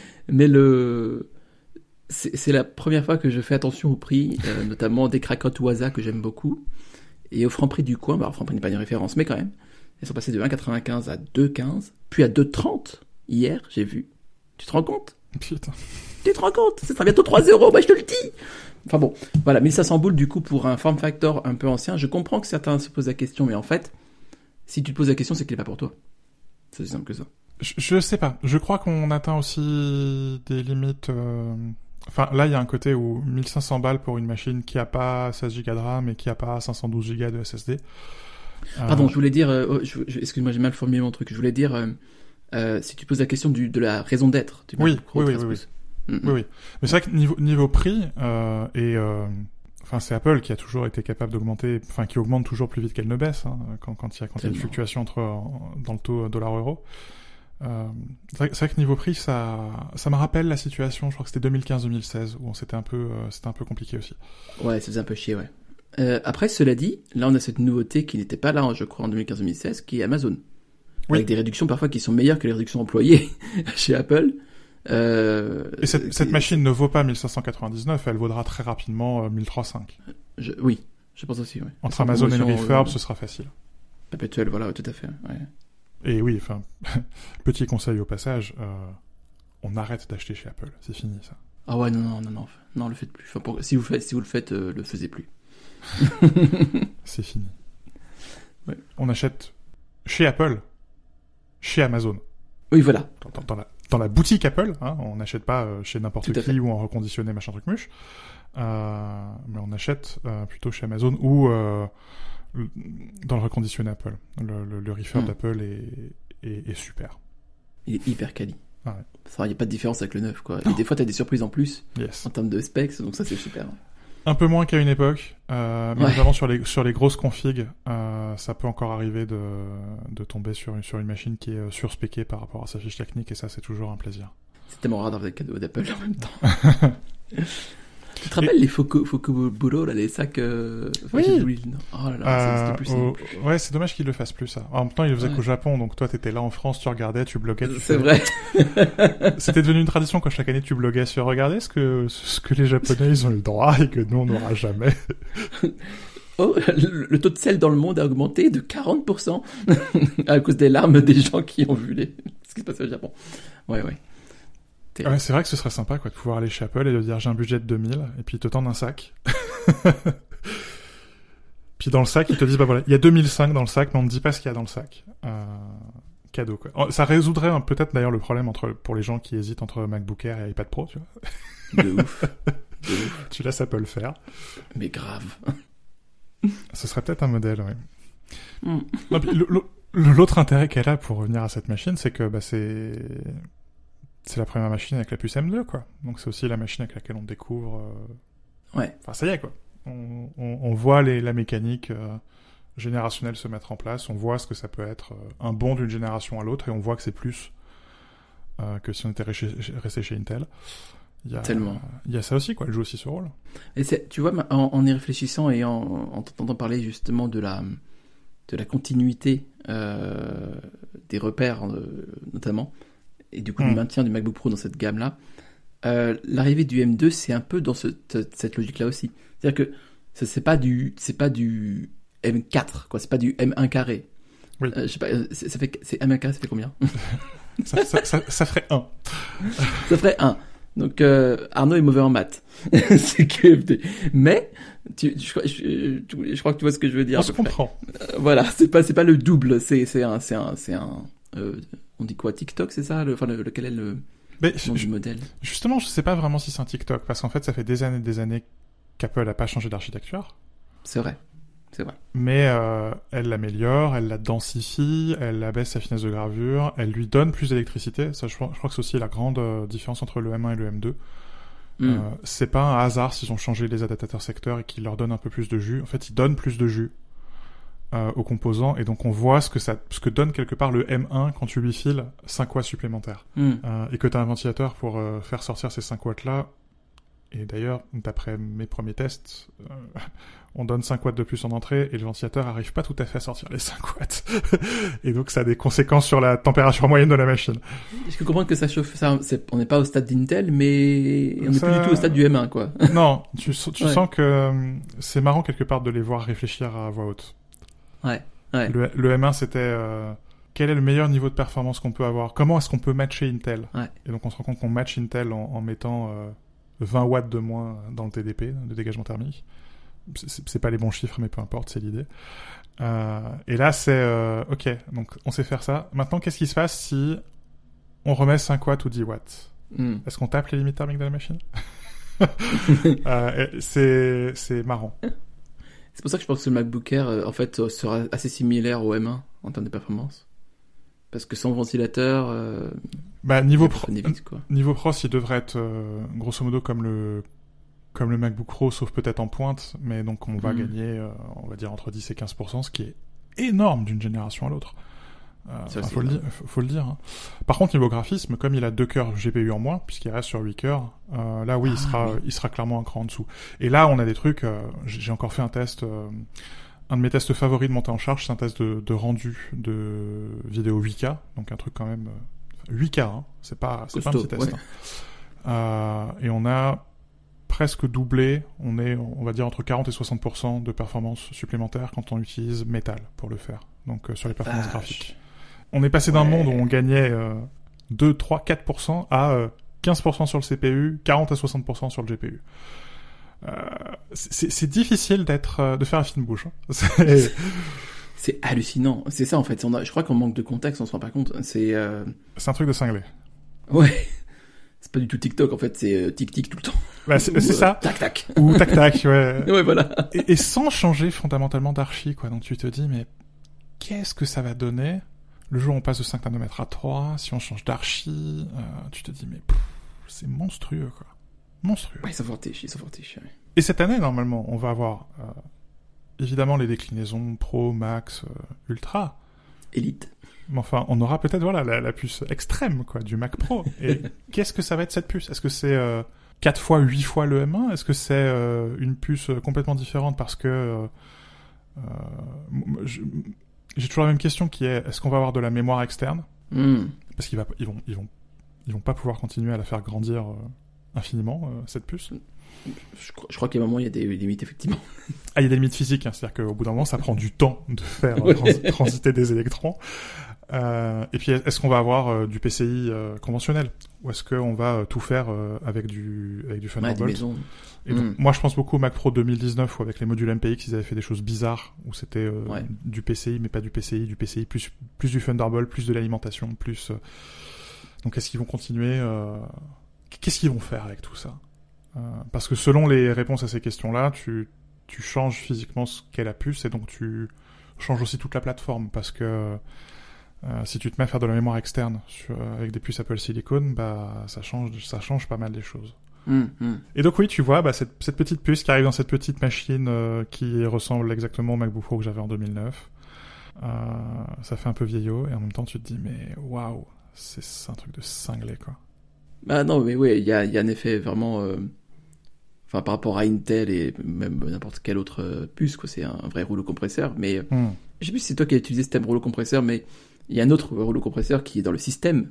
c'est la première fois que je fais attention au prix, notamment des cracottes Waza que j'aime beaucoup. Et au Franprix du coin, Franprix n'est pas une référence, mais quand même. Elles sont passées de 1,95 à 2,15, puis à 2,30 hier, j'ai vu. Tu te rends compte ? Putain. Tu te rends compte ? Ça sera bientôt 3 €, je te le dis. Enfin bon, voilà, 1500 boules du coup pour un form factor un peu ancien. Je comprends que certains se posent la question, mais en fait, si tu te poses la question, c'est qu'il n'est pas pour toi. C'est aussi simple que ça. Je sais pas. Je crois qu'on atteint aussi des limites. Enfin, là, il y a un côté où 1500 balles pour une machine qui a pas 16 Go de RAM et qui a pas 512 Go de SSD. Pardon, je voulais dire, excuse-moi, j'ai mal formulé mon truc. Je voulais dire, si tu poses la question de la raison d'être. Oui. Mais c'est vrai que niveau prix, c'est Apple qui a toujours été capable d'augmenter, qui augmente toujours plus vite qu'elle ne baisse, quand il y a une fluctuation dans le taux dollar-euro. C'est vrai que niveau prix, ça me rappelle la situation, je crois que c'était 2015-2016, où c'était un peu compliqué aussi. Ouais, ça faisait un peu chier, ouais. Après, cela dit, là on a cette nouveauté qui n'était pas là, je crois, en 2015-2016, qui est Amazon. Oui. Avec des réductions parfois qui sont meilleures que les réductions employées chez Apple. Et cette machine ne vaut pas 1599, elle vaudra très rapidement 1305. Oui, je pense aussi, ouais. Entre Amazon et le Refurb, ce sera facile. Perpétuel, voilà, tout à fait, ouais. Et oui, petit conseil au passage, on arrête d'acheter chez Apple, c'est fini ça. Ah ouais, non, le faites plus. Si vous le faites, le faisiez plus. C'est fini. Ouais. On achète chez Apple, chez Amazon. Oui, voilà. Dans la boutique Apple, on n'achète pas chez n'importe qui ou en reconditionné machin truc muche, mais on achète plutôt chez Amazon ou dans le reconditionné Apple. Le refurb d'Apple est super. Il est hyper quali. Ah ouais. Il n'y a pas de différence avec le neuf, quoi. Et des fois, tu as des surprises en plus en termes de specs, donc ça, c'est super. Un peu moins qu'à une époque, mais notamment sur les grosses configs, ça peut encore arriver de tomber sur une machine qui est surspéquée par rapport à sa fiche technique, et ça, c'est toujours un plaisir. C'est tellement rare d'avoir des cadeaux d'Apple en même temps. Tu te rappelles les Focobulo, là, les sacs oui. Oh là là, c'était plus simple. Ouais, c'est dommage qu'ils le fassent plus, ça. En même temps, ils le faisaient qu'au Japon, donc toi, t'étais là en France, tu regardais, tu bloguais. C'est vrai. C'était devenu une tradition quand chaque année tu bloguais sur regarder ce que les Japonais, ils ont eu le droit et que nous, on n'aura jamais. Oh, le taux de sel dans le monde a augmenté de 40% à cause des larmes des gens qui ont vu ce qui se passe au Japon. Ouais. Ouais, c'est vrai que ce serait sympa, quoi, de pouvoir aller chez Apple et de dire j'ai un budget de 2000 et puis ils te tendent un sac. Puis dans le sac, ils te disent voilà, il y a 2005 dans le sac, mais on ne dit pas ce qu'il y a dans le sac. Cadeau, quoi. Ça résoudrait peut-être d'ailleurs le problème pour les gens qui hésitent entre MacBook Air et iPad Pro, tu vois. De ouf. Tu laisses Apple faire. Mais grave. Ce serait peut-être un modèle, oui. Non, puis l'autre intérêt qu'elle a, pour revenir à cette machine, c'est que c'est la première machine avec la puce M2, quoi. Donc c'est aussi la machine avec laquelle on découvre... Ouais. Enfin, ça y est, quoi. On voit la mécanique générationnelle se mettre en place, on voit ce que ça peut être un bond d'une génération à l'autre, et on voit que c'est plus que si on était resté chez Intel. Tellement. Il y a ça aussi, quoi. Elle joue aussi ce rôle. Et tu vois, en y réfléchissant et en t'entendant parler justement de la continuité des repères, notamment, et du coup le maintien du MacBook Pro dans cette gamme-là, l'arrivée du M2, c'est un peu dans cette logique-là aussi. C'est-à-dire que c'est pas du M4, quoi. C'est pas du M1 carré. Oui. Je sais pas, c'est M1 carré, ça fait combien? ça ferait 1. Ça ferait 1. Donc Arnaud est mauvais en maths. C'est QFD. Mais je crois que tu vois ce que je veux dire. On se comprend. Voilà, c'est pas le double, c'est un on dit quoi, TikTok, c'est ça, lequel est le nom du modèle. Justement, je sais pas vraiment si c'est un TikTok, parce qu'en fait, ça fait des années qu'Apple a pas changé d'architecture. C'est vrai. Mais elle l'améliore, elle la densifie, elle abaisse sa finesse de gravure, elle lui donne plus d'électricité. Ça, je crois que c'est aussi la grande différence entre le M1 et le M2. C'est pas un hasard s'ils ont changé les adaptateurs secteurs et qu'ils leur donnent un peu plus de jus. En fait, ils donnent plus de jus aux composants, et donc on voit ce que donne quelque part le M1 quand tu lui files 5 watts supplémentaires. Et que tu as un ventilateur pour faire sortir ces 5 watts là. Et d'ailleurs, d'après mes premiers tests, on donne 5 watts de plus en entrée et le ventilateur arrive pas tout à fait à sortir les 5 watts. Et donc ça a des conséquences sur la température moyenne de la machine. Je peux comprendre que ça chauffe, on n'est pas au stade d'Intel, mais on n'est plus du tout au stade du M1, quoi. Non, tu sens que c'est marrant quelque part de les voir réfléchir à voix haute. Ouais. Le M1, c'était quel est le meilleur niveau de performance qu'on peut avoir? Comment est-ce qu'on peut matcher Intel? Et donc on se rend compte qu'on match Intel en mettant 20 watts de moins dans le TDP, de dégagement thermique. C'est pas les bons chiffres, mais peu importe, c'est l'idée. Et là, c'est ok, donc on sait faire ça. Maintenant, qu'est-ce qui se passe si on remet 5 watts ou 10 watts? Est-ce qu'on tape les limites thermiques de la machine? C'est marrant. C'est pour ça que je pense que le MacBook Air, en fait, sera assez similaire au M1 en termes de performance. Parce que sans ventilateur... niveau pros, il devrait être grosso modo comme le MacBook Pro, sauf peut-être en pointe, mais donc on va gagner, on va dire, entre 10 et 15%, ce qui est énorme d'une génération à l'autre. Faut le dire. Hein. Par contre, niveau graphisme, comme il a 2 cœurs GPU en moins, puisqu'il reste sur 8 cœurs, là oui, il sera clairement un cran en dessous. Et là, on a des trucs, j'ai encore fait un test... un de mes tests favoris de monter en charge, c'est un test de rendu de vidéo 8K, donc un truc quand même 8K, hein, c'est pas un petit test. Ouais. Hein. Et on a presque doublé, on va dire entre 40 et 60% de performance supplémentaire quand on utilise Metal pour le faire, donc sur les performances graphiques. On est passé d'un monde où on gagnait 2, 3, 4% à 15% sur le CPU, 40 à 60% sur le GPU. C'est difficile de faire la fine bouche. Hein. C'est hallucinant. C'est ça en fait. Je crois qu'on manque de contexte, on se rend pas compte. C'est un truc de cinglé. Ouais. C'est pas du tout TikTok en fait, c'est tic-tic tout le temps. Bah, c'est ça. Tac-tac. Ou tac-tac, ouais. Ouais, voilà. Et sans changer fondamentalement d'archi, quoi. Donc tu te dis, mais qu'est-ce que ça va donner le jour où on passe de 5 nanomètres à 3, si on change d'archi, tu te dis, mais c'est monstrueux, quoi. Monstrueux. Ouais, ils sont fortés. Ouais. Et cette année, normalement, on va avoir évidemment les déclinaisons Pro, Max, Ultra. Élite. Mais enfin, on aura peut-être la puce extrême, quoi, du Mac Pro. Et qu'est-ce que ça va être cette puce? Est-ce que c'est 4 fois, 8 fois le M1? Est-ce que c'est une puce complètement différente parce que j'ai toujours la même question qui est, est-ce qu'on va avoir de la mémoire externe? Parce qu'ils vont pas pouvoir continuer à la faire grandir infiniment, cette puce. Je crois qu'à un moment, il y a des limites, effectivement. Il y a des limites physiques, hein, c'est-à-dire qu'au bout d'un moment, ça prend du temps de faire transiter des électrons. Et puis, est-ce qu'on va avoir du PCI conventionnel? Ou est-ce qu'on va tout faire avec du Thunderbolt? Et donc, moi, je pense beaucoup au Mac Pro 2019, où avec les modules MPX, ils avaient fait des choses bizarres, où c'était du PCI, mais pas du PCI plus du Thunderbolt, plus de l'alimentation, plus... Donc, est-ce qu'ils vont continuer Qu'est-ce qu'ils vont faire avec tout ça? Parce que selon les réponses à ces questions-là, tu changes physiquement ce qu'est la puce, et donc tu changes aussi toute la plateforme, parce que si tu te mets à faire de la mémoire externe avec des puces Apple Silicon, bah ça change pas mal des choses. Et donc oui, tu vois, cette petite puce qui arrive dans cette petite machine qui ressemble exactement au MacBook Pro que j'avais en 2009, ça fait un peu vieillot, et en même temps tu te dis, mais waouh, c'est un truc de cinglé, quoi. Bah non, mais oui, il y a un effet vraiment... Enfin, par rapport à Intel et même n'importe quelle autre puce, quoi, c'est un vrai rouleau compresseur. Mais je sais plus si c'est toi qui as utilisé ce terme rouleau compresseur, mais il y a un autre rouleau compresseur qui est dans le système,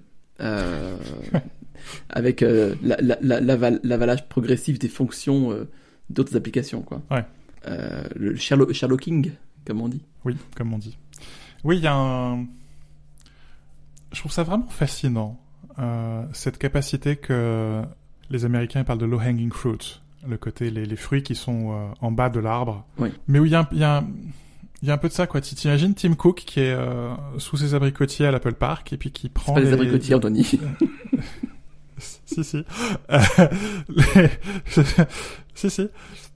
avec l'avalage progressif des fonctions d'autres applications, quoi. Ouais. Le Sherlocking, comme on dit. Oui, comme on dit. Oui, il y a je trouve ça vraiment fascinant, cette capacité que les Américains ils parlent de low hanging fruit, le côté les fruits qui sont en bas de l'arbre. Oui. Mais où il y a un peu de ça, quoi. Tu t'imagines Tim Cook qui est sous ses abricotiers à l'Apple Park et puis qui prend c'est pas les abricotiers, Anthony. si. Si.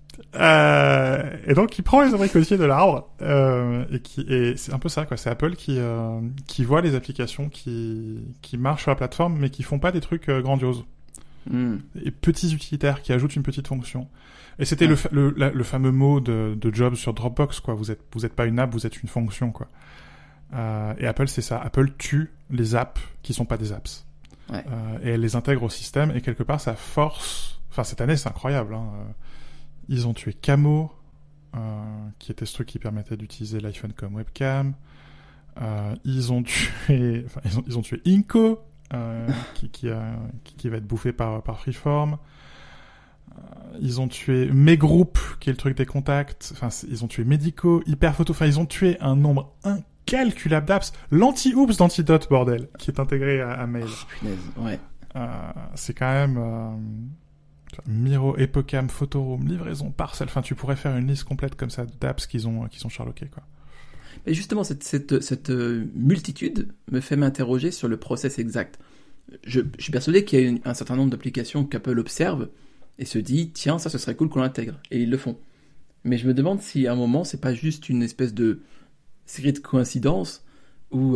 Et donc il prend les abricotiers de l'arbre et c'est un peu ça, quoi. C'est Apple qui voit les applications qui marchent sur la plateforme mais qui font pas des trucs grandioses. Et petits utilitaires qui ajoutent une petite fonction. Et c'était le fameux mot de Jobs sur Dropbox, quoi. Vous êtes pas une app, vous êtes une fonction, quoi. Et Apple, c'est ça. Apple tue les apps qui sont pas des apps. Ouais. Et elle les intègre au système et quelque part ça force. Enfin, cette année, c'est incroyable. Hein. Ils ont tué Camo, qui était ce truc qui permettait d'utiliser l'iPhone comme webcam. Ils ont tué Inco, qui va être bouffé par Freeform. Ils ont tué Megroup, qui est le truc des contacts. Enfin, ils ont tué Medico, Hyperphoto. Enfin, ils ont tué un nombre incalculable d'apps. L'anti-oops d'Antidote, bordel, qui est intégré à Mail. Oh, punaise, ouais. C'est quand même Miro, Epocam, Photoroom, livraison, parcelle. Enfin, tu pourrais faire une liste complète comme ça d'apps qui sont sherlockées, quoi. Mais justement, cette multitude me fait m'interroger sur le process exact. Je suis persuadé qu'il y a un certain nombre d'applications qu'Apple observe et se dit, tiens, ça, ce serait cool qu'on l'intègre. Et ils le font. Mais je me demande si à un moment, c'est pas juste une espèce de série de coïncidences où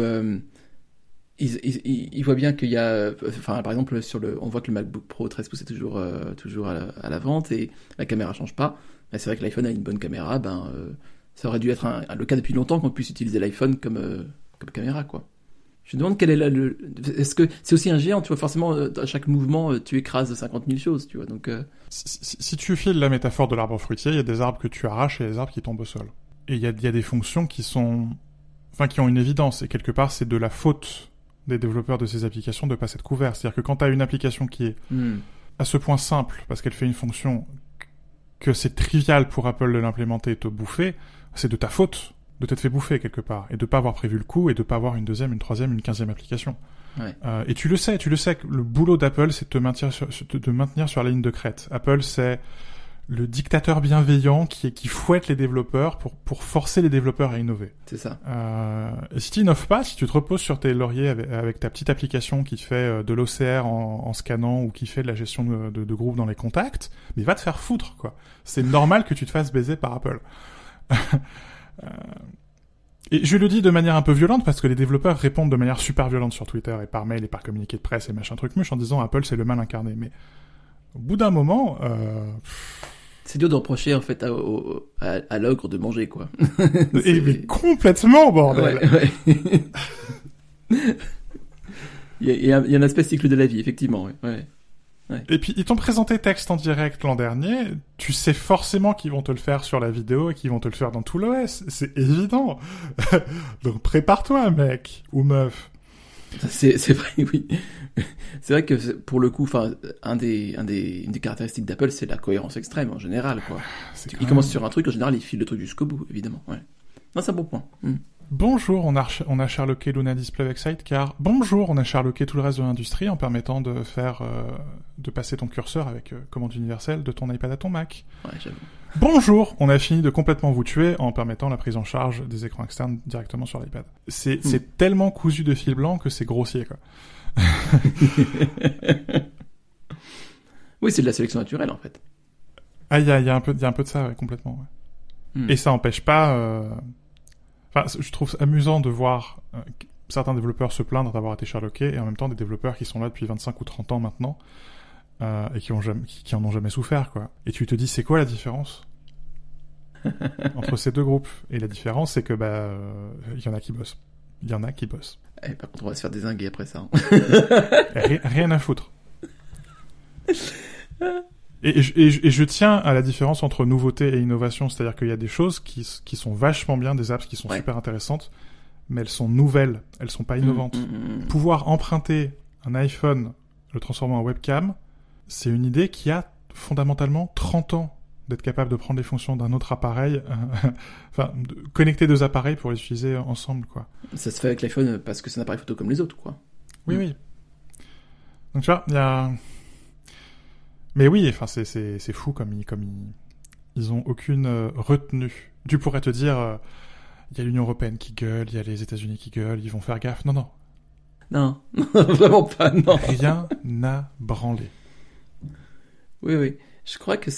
ils voient bien qu'il y a... Enfin, par exemple, on voit que le MacBook Pro 13 pouces est toujours à la vente et la caméra change pas. Mais c'est vrai que l'iPhone a une bonne caméra, ça aurait dû être le cas depuis longtemps qu'on puisse utiliser l'iPhone comme caméra, quoi. Je me demande quel est est-ce que c'est aussi un géant, tu vois, forcément, à chaque mouvement, tu écrases 50 000 choses, tu vois, donc... Si tu files la métaphore de l'arbre fruitier, il y a des arbres que tu arraches et des arbres qui tombent au sol. Et il y a des fonctions qui ont une évidence, et quelque part, c'est de la faute des développeurs de ces applications de pas s'être couverts. C'est-à-dire que quand tu as une application qui est à ce point simple, parce qu'elle fait une fonction que c'est trivial pour Apple de l'implémenter et te bouffer, c'est de ta faute de t'être fait bouffer quelque part, et de pas avoir prévu le coup, et de pas avoir une deuxième, une troisième, une 15e application. Ouais. Et tu le sais que le boulot d'Apple, c'est de te maintenir sur la ligne de crête. Apple, c'est le dictateur bienveillant qui fouette les développeurs pour forcer les développeurs à innover. C'est ça. Et si tu innoves pas, si tu te reposes sur tes lauriers avec ta petite application qui te fait de l'OCR en scannant ou qui fait de la gestion de groupes dans les contacts, mais va te faire foutre, quoi. C'est normal que tu te fasses baiser par Apple. Et je le dis de manière un peu violente parce que les développeurs répondent de manière super violente sur Twitter et par mail et par communiqué de presse et machin truc muche en disant Apple c'est le mal incarné. Mais au bout d'un moment, c'est dur de reprocher en fait à l'ogre de manger, quoi. Mais complètement, bordel. Ouais. il y a un aspect cycle de la vie, effectivement. Ouais. Ouais. Et puis, ils t'ont présenté Text en direct l'an dernier. Tu sais forcément qu'ils vont te le faire sur la vidéo et qu'ils vont te le faire dans tout l'OS. C'est évident. Donc, prépare-toi, mec. Ou meuf. C'est vrai, oui. C'est vrai que pour le coup, enfin, une des caractéristiques d'Apple, c'est la cohérence extrême, en général, quoi. Il commence sur un truc, en général, il file le truc jusqu'au bout, évidemment. Ouais. Non, c'est un bon point. Bonjour, on a sherlocké Luna Display avec Sidecar. Bonjour, on a sherlocké tout le reste de l'industrie en permettant de passer ton curseur avec commande universelle de ton iPad à ton Mac. Ouais, j'avoue. Bonjour, on a fini de complètement vous tuer en permettant la prise en charge des écrans externes directement sur l'iPad. C'est tellement cousu de fil blanc que c'est grossier, quoi. Oui, c'est de la sélection naturelle, en fait. Ah, il y a un peu de ça, ouais, complètement. Ouais. Et ça empêche pas... Enfin, je trouve amusant de voir certains développeurs se plaindre d'avoir été sherlockés et en même temps des développeurs qui sont là depuis 25 ou 30 ans maintenant et qui en ont jamais souffert, quoi. Et tu te dis, c'est quoi la différence entre ces deux groupes? Et la différence, c'est que il y en a qui bossent. Il y en a qui bossent. Par contre, on va se faire dézinguer après ça. Rien à foutre. Et je tiens à la différence entre nouveauté et innovation, c'est-à-dire qu'il y a des choses qui sont vachement bien, des apps qui sont super intéressantes, mais elles sont nouvelles, elles sont pas innovantes. Pouvoir emprunter un iPhone, le transformer en webcam, c'est une idée qui a fondamentalement 30 ans d'être capable de prendre les fonctions d'un autre appareil, de connecter deux appareils pour les utiliser ensemble, quoi. Ça se fait avec l'iPhone parce que c'est un appareil photo comme les autres, quoi. Oui. Donc tu vois, il y a Mais oui, enfin, c'est fou comme ils ont aucune retenue. Tu pourrais te dire, il y a l'Union Européenne qui gueule, il y a les États-Unis qui gueulent, ils vont faire gaffe. Non, non. Non, vraiment pas, non. Rien n'a branlé. Oui. Je crois que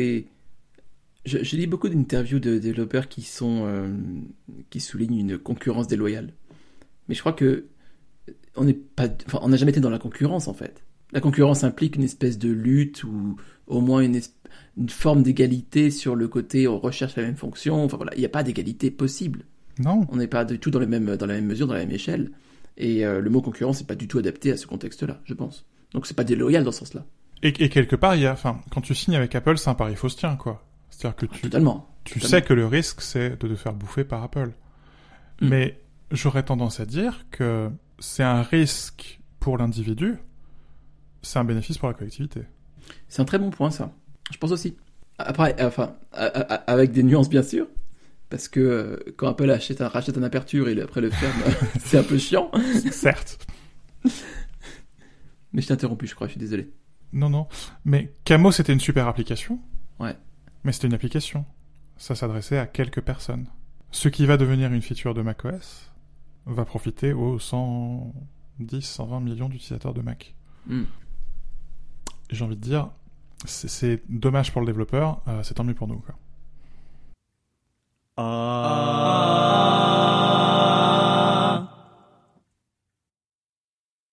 je lis beaucoup d'interviews de développeurs qui soulignent une concurrence déloyale. Mais je crois que on n'a jamais été dans la concurrence, en fait. La concurrence implique une espèce de lutte ou au moins une forme d'égalité sur le côté on recherche la même fonction. Enfin voilà, il n'y a pas d'égalité possible. Non. On n'est pas du tout dans la même mesure, dans la même échelle. Et le mot concurrence n'est pas du tout adapté à ce contexte-là, je pense. Donc c'est pas déloyal dans ce sens-là. Et quelque part, quand tu signes avec Apple, c'est un pari faustien, quoi. C'est-à-dire que Totalement. sais que le risque, c'est de te faire bouffer par Apple. Mais j'aurais tendance à dire que c'est un risque pour l'individu, c'est un bénéfice pour la collectivité. C'est un très bon point, ça. Je pense aussi. Après, avec des nuances, bien sûr. Parce que quand Apple rachète un Aperture et après le ferme, c'est un peu chiant. Certes. Mais je t'ai interrompu, je crois, je suis désolé. Non. Mais Camo, c'était une super application. Ouais. Mais c'était une application. Ça s'adressait à quelques personnes. Ce qui va devenir une feature de macOS va profiter aux 110-120 millions d'utilisateurs de Mac. J'ai envie de dire, c'est dommage pour le développeur, c'est tant mieux pour nous, quoi.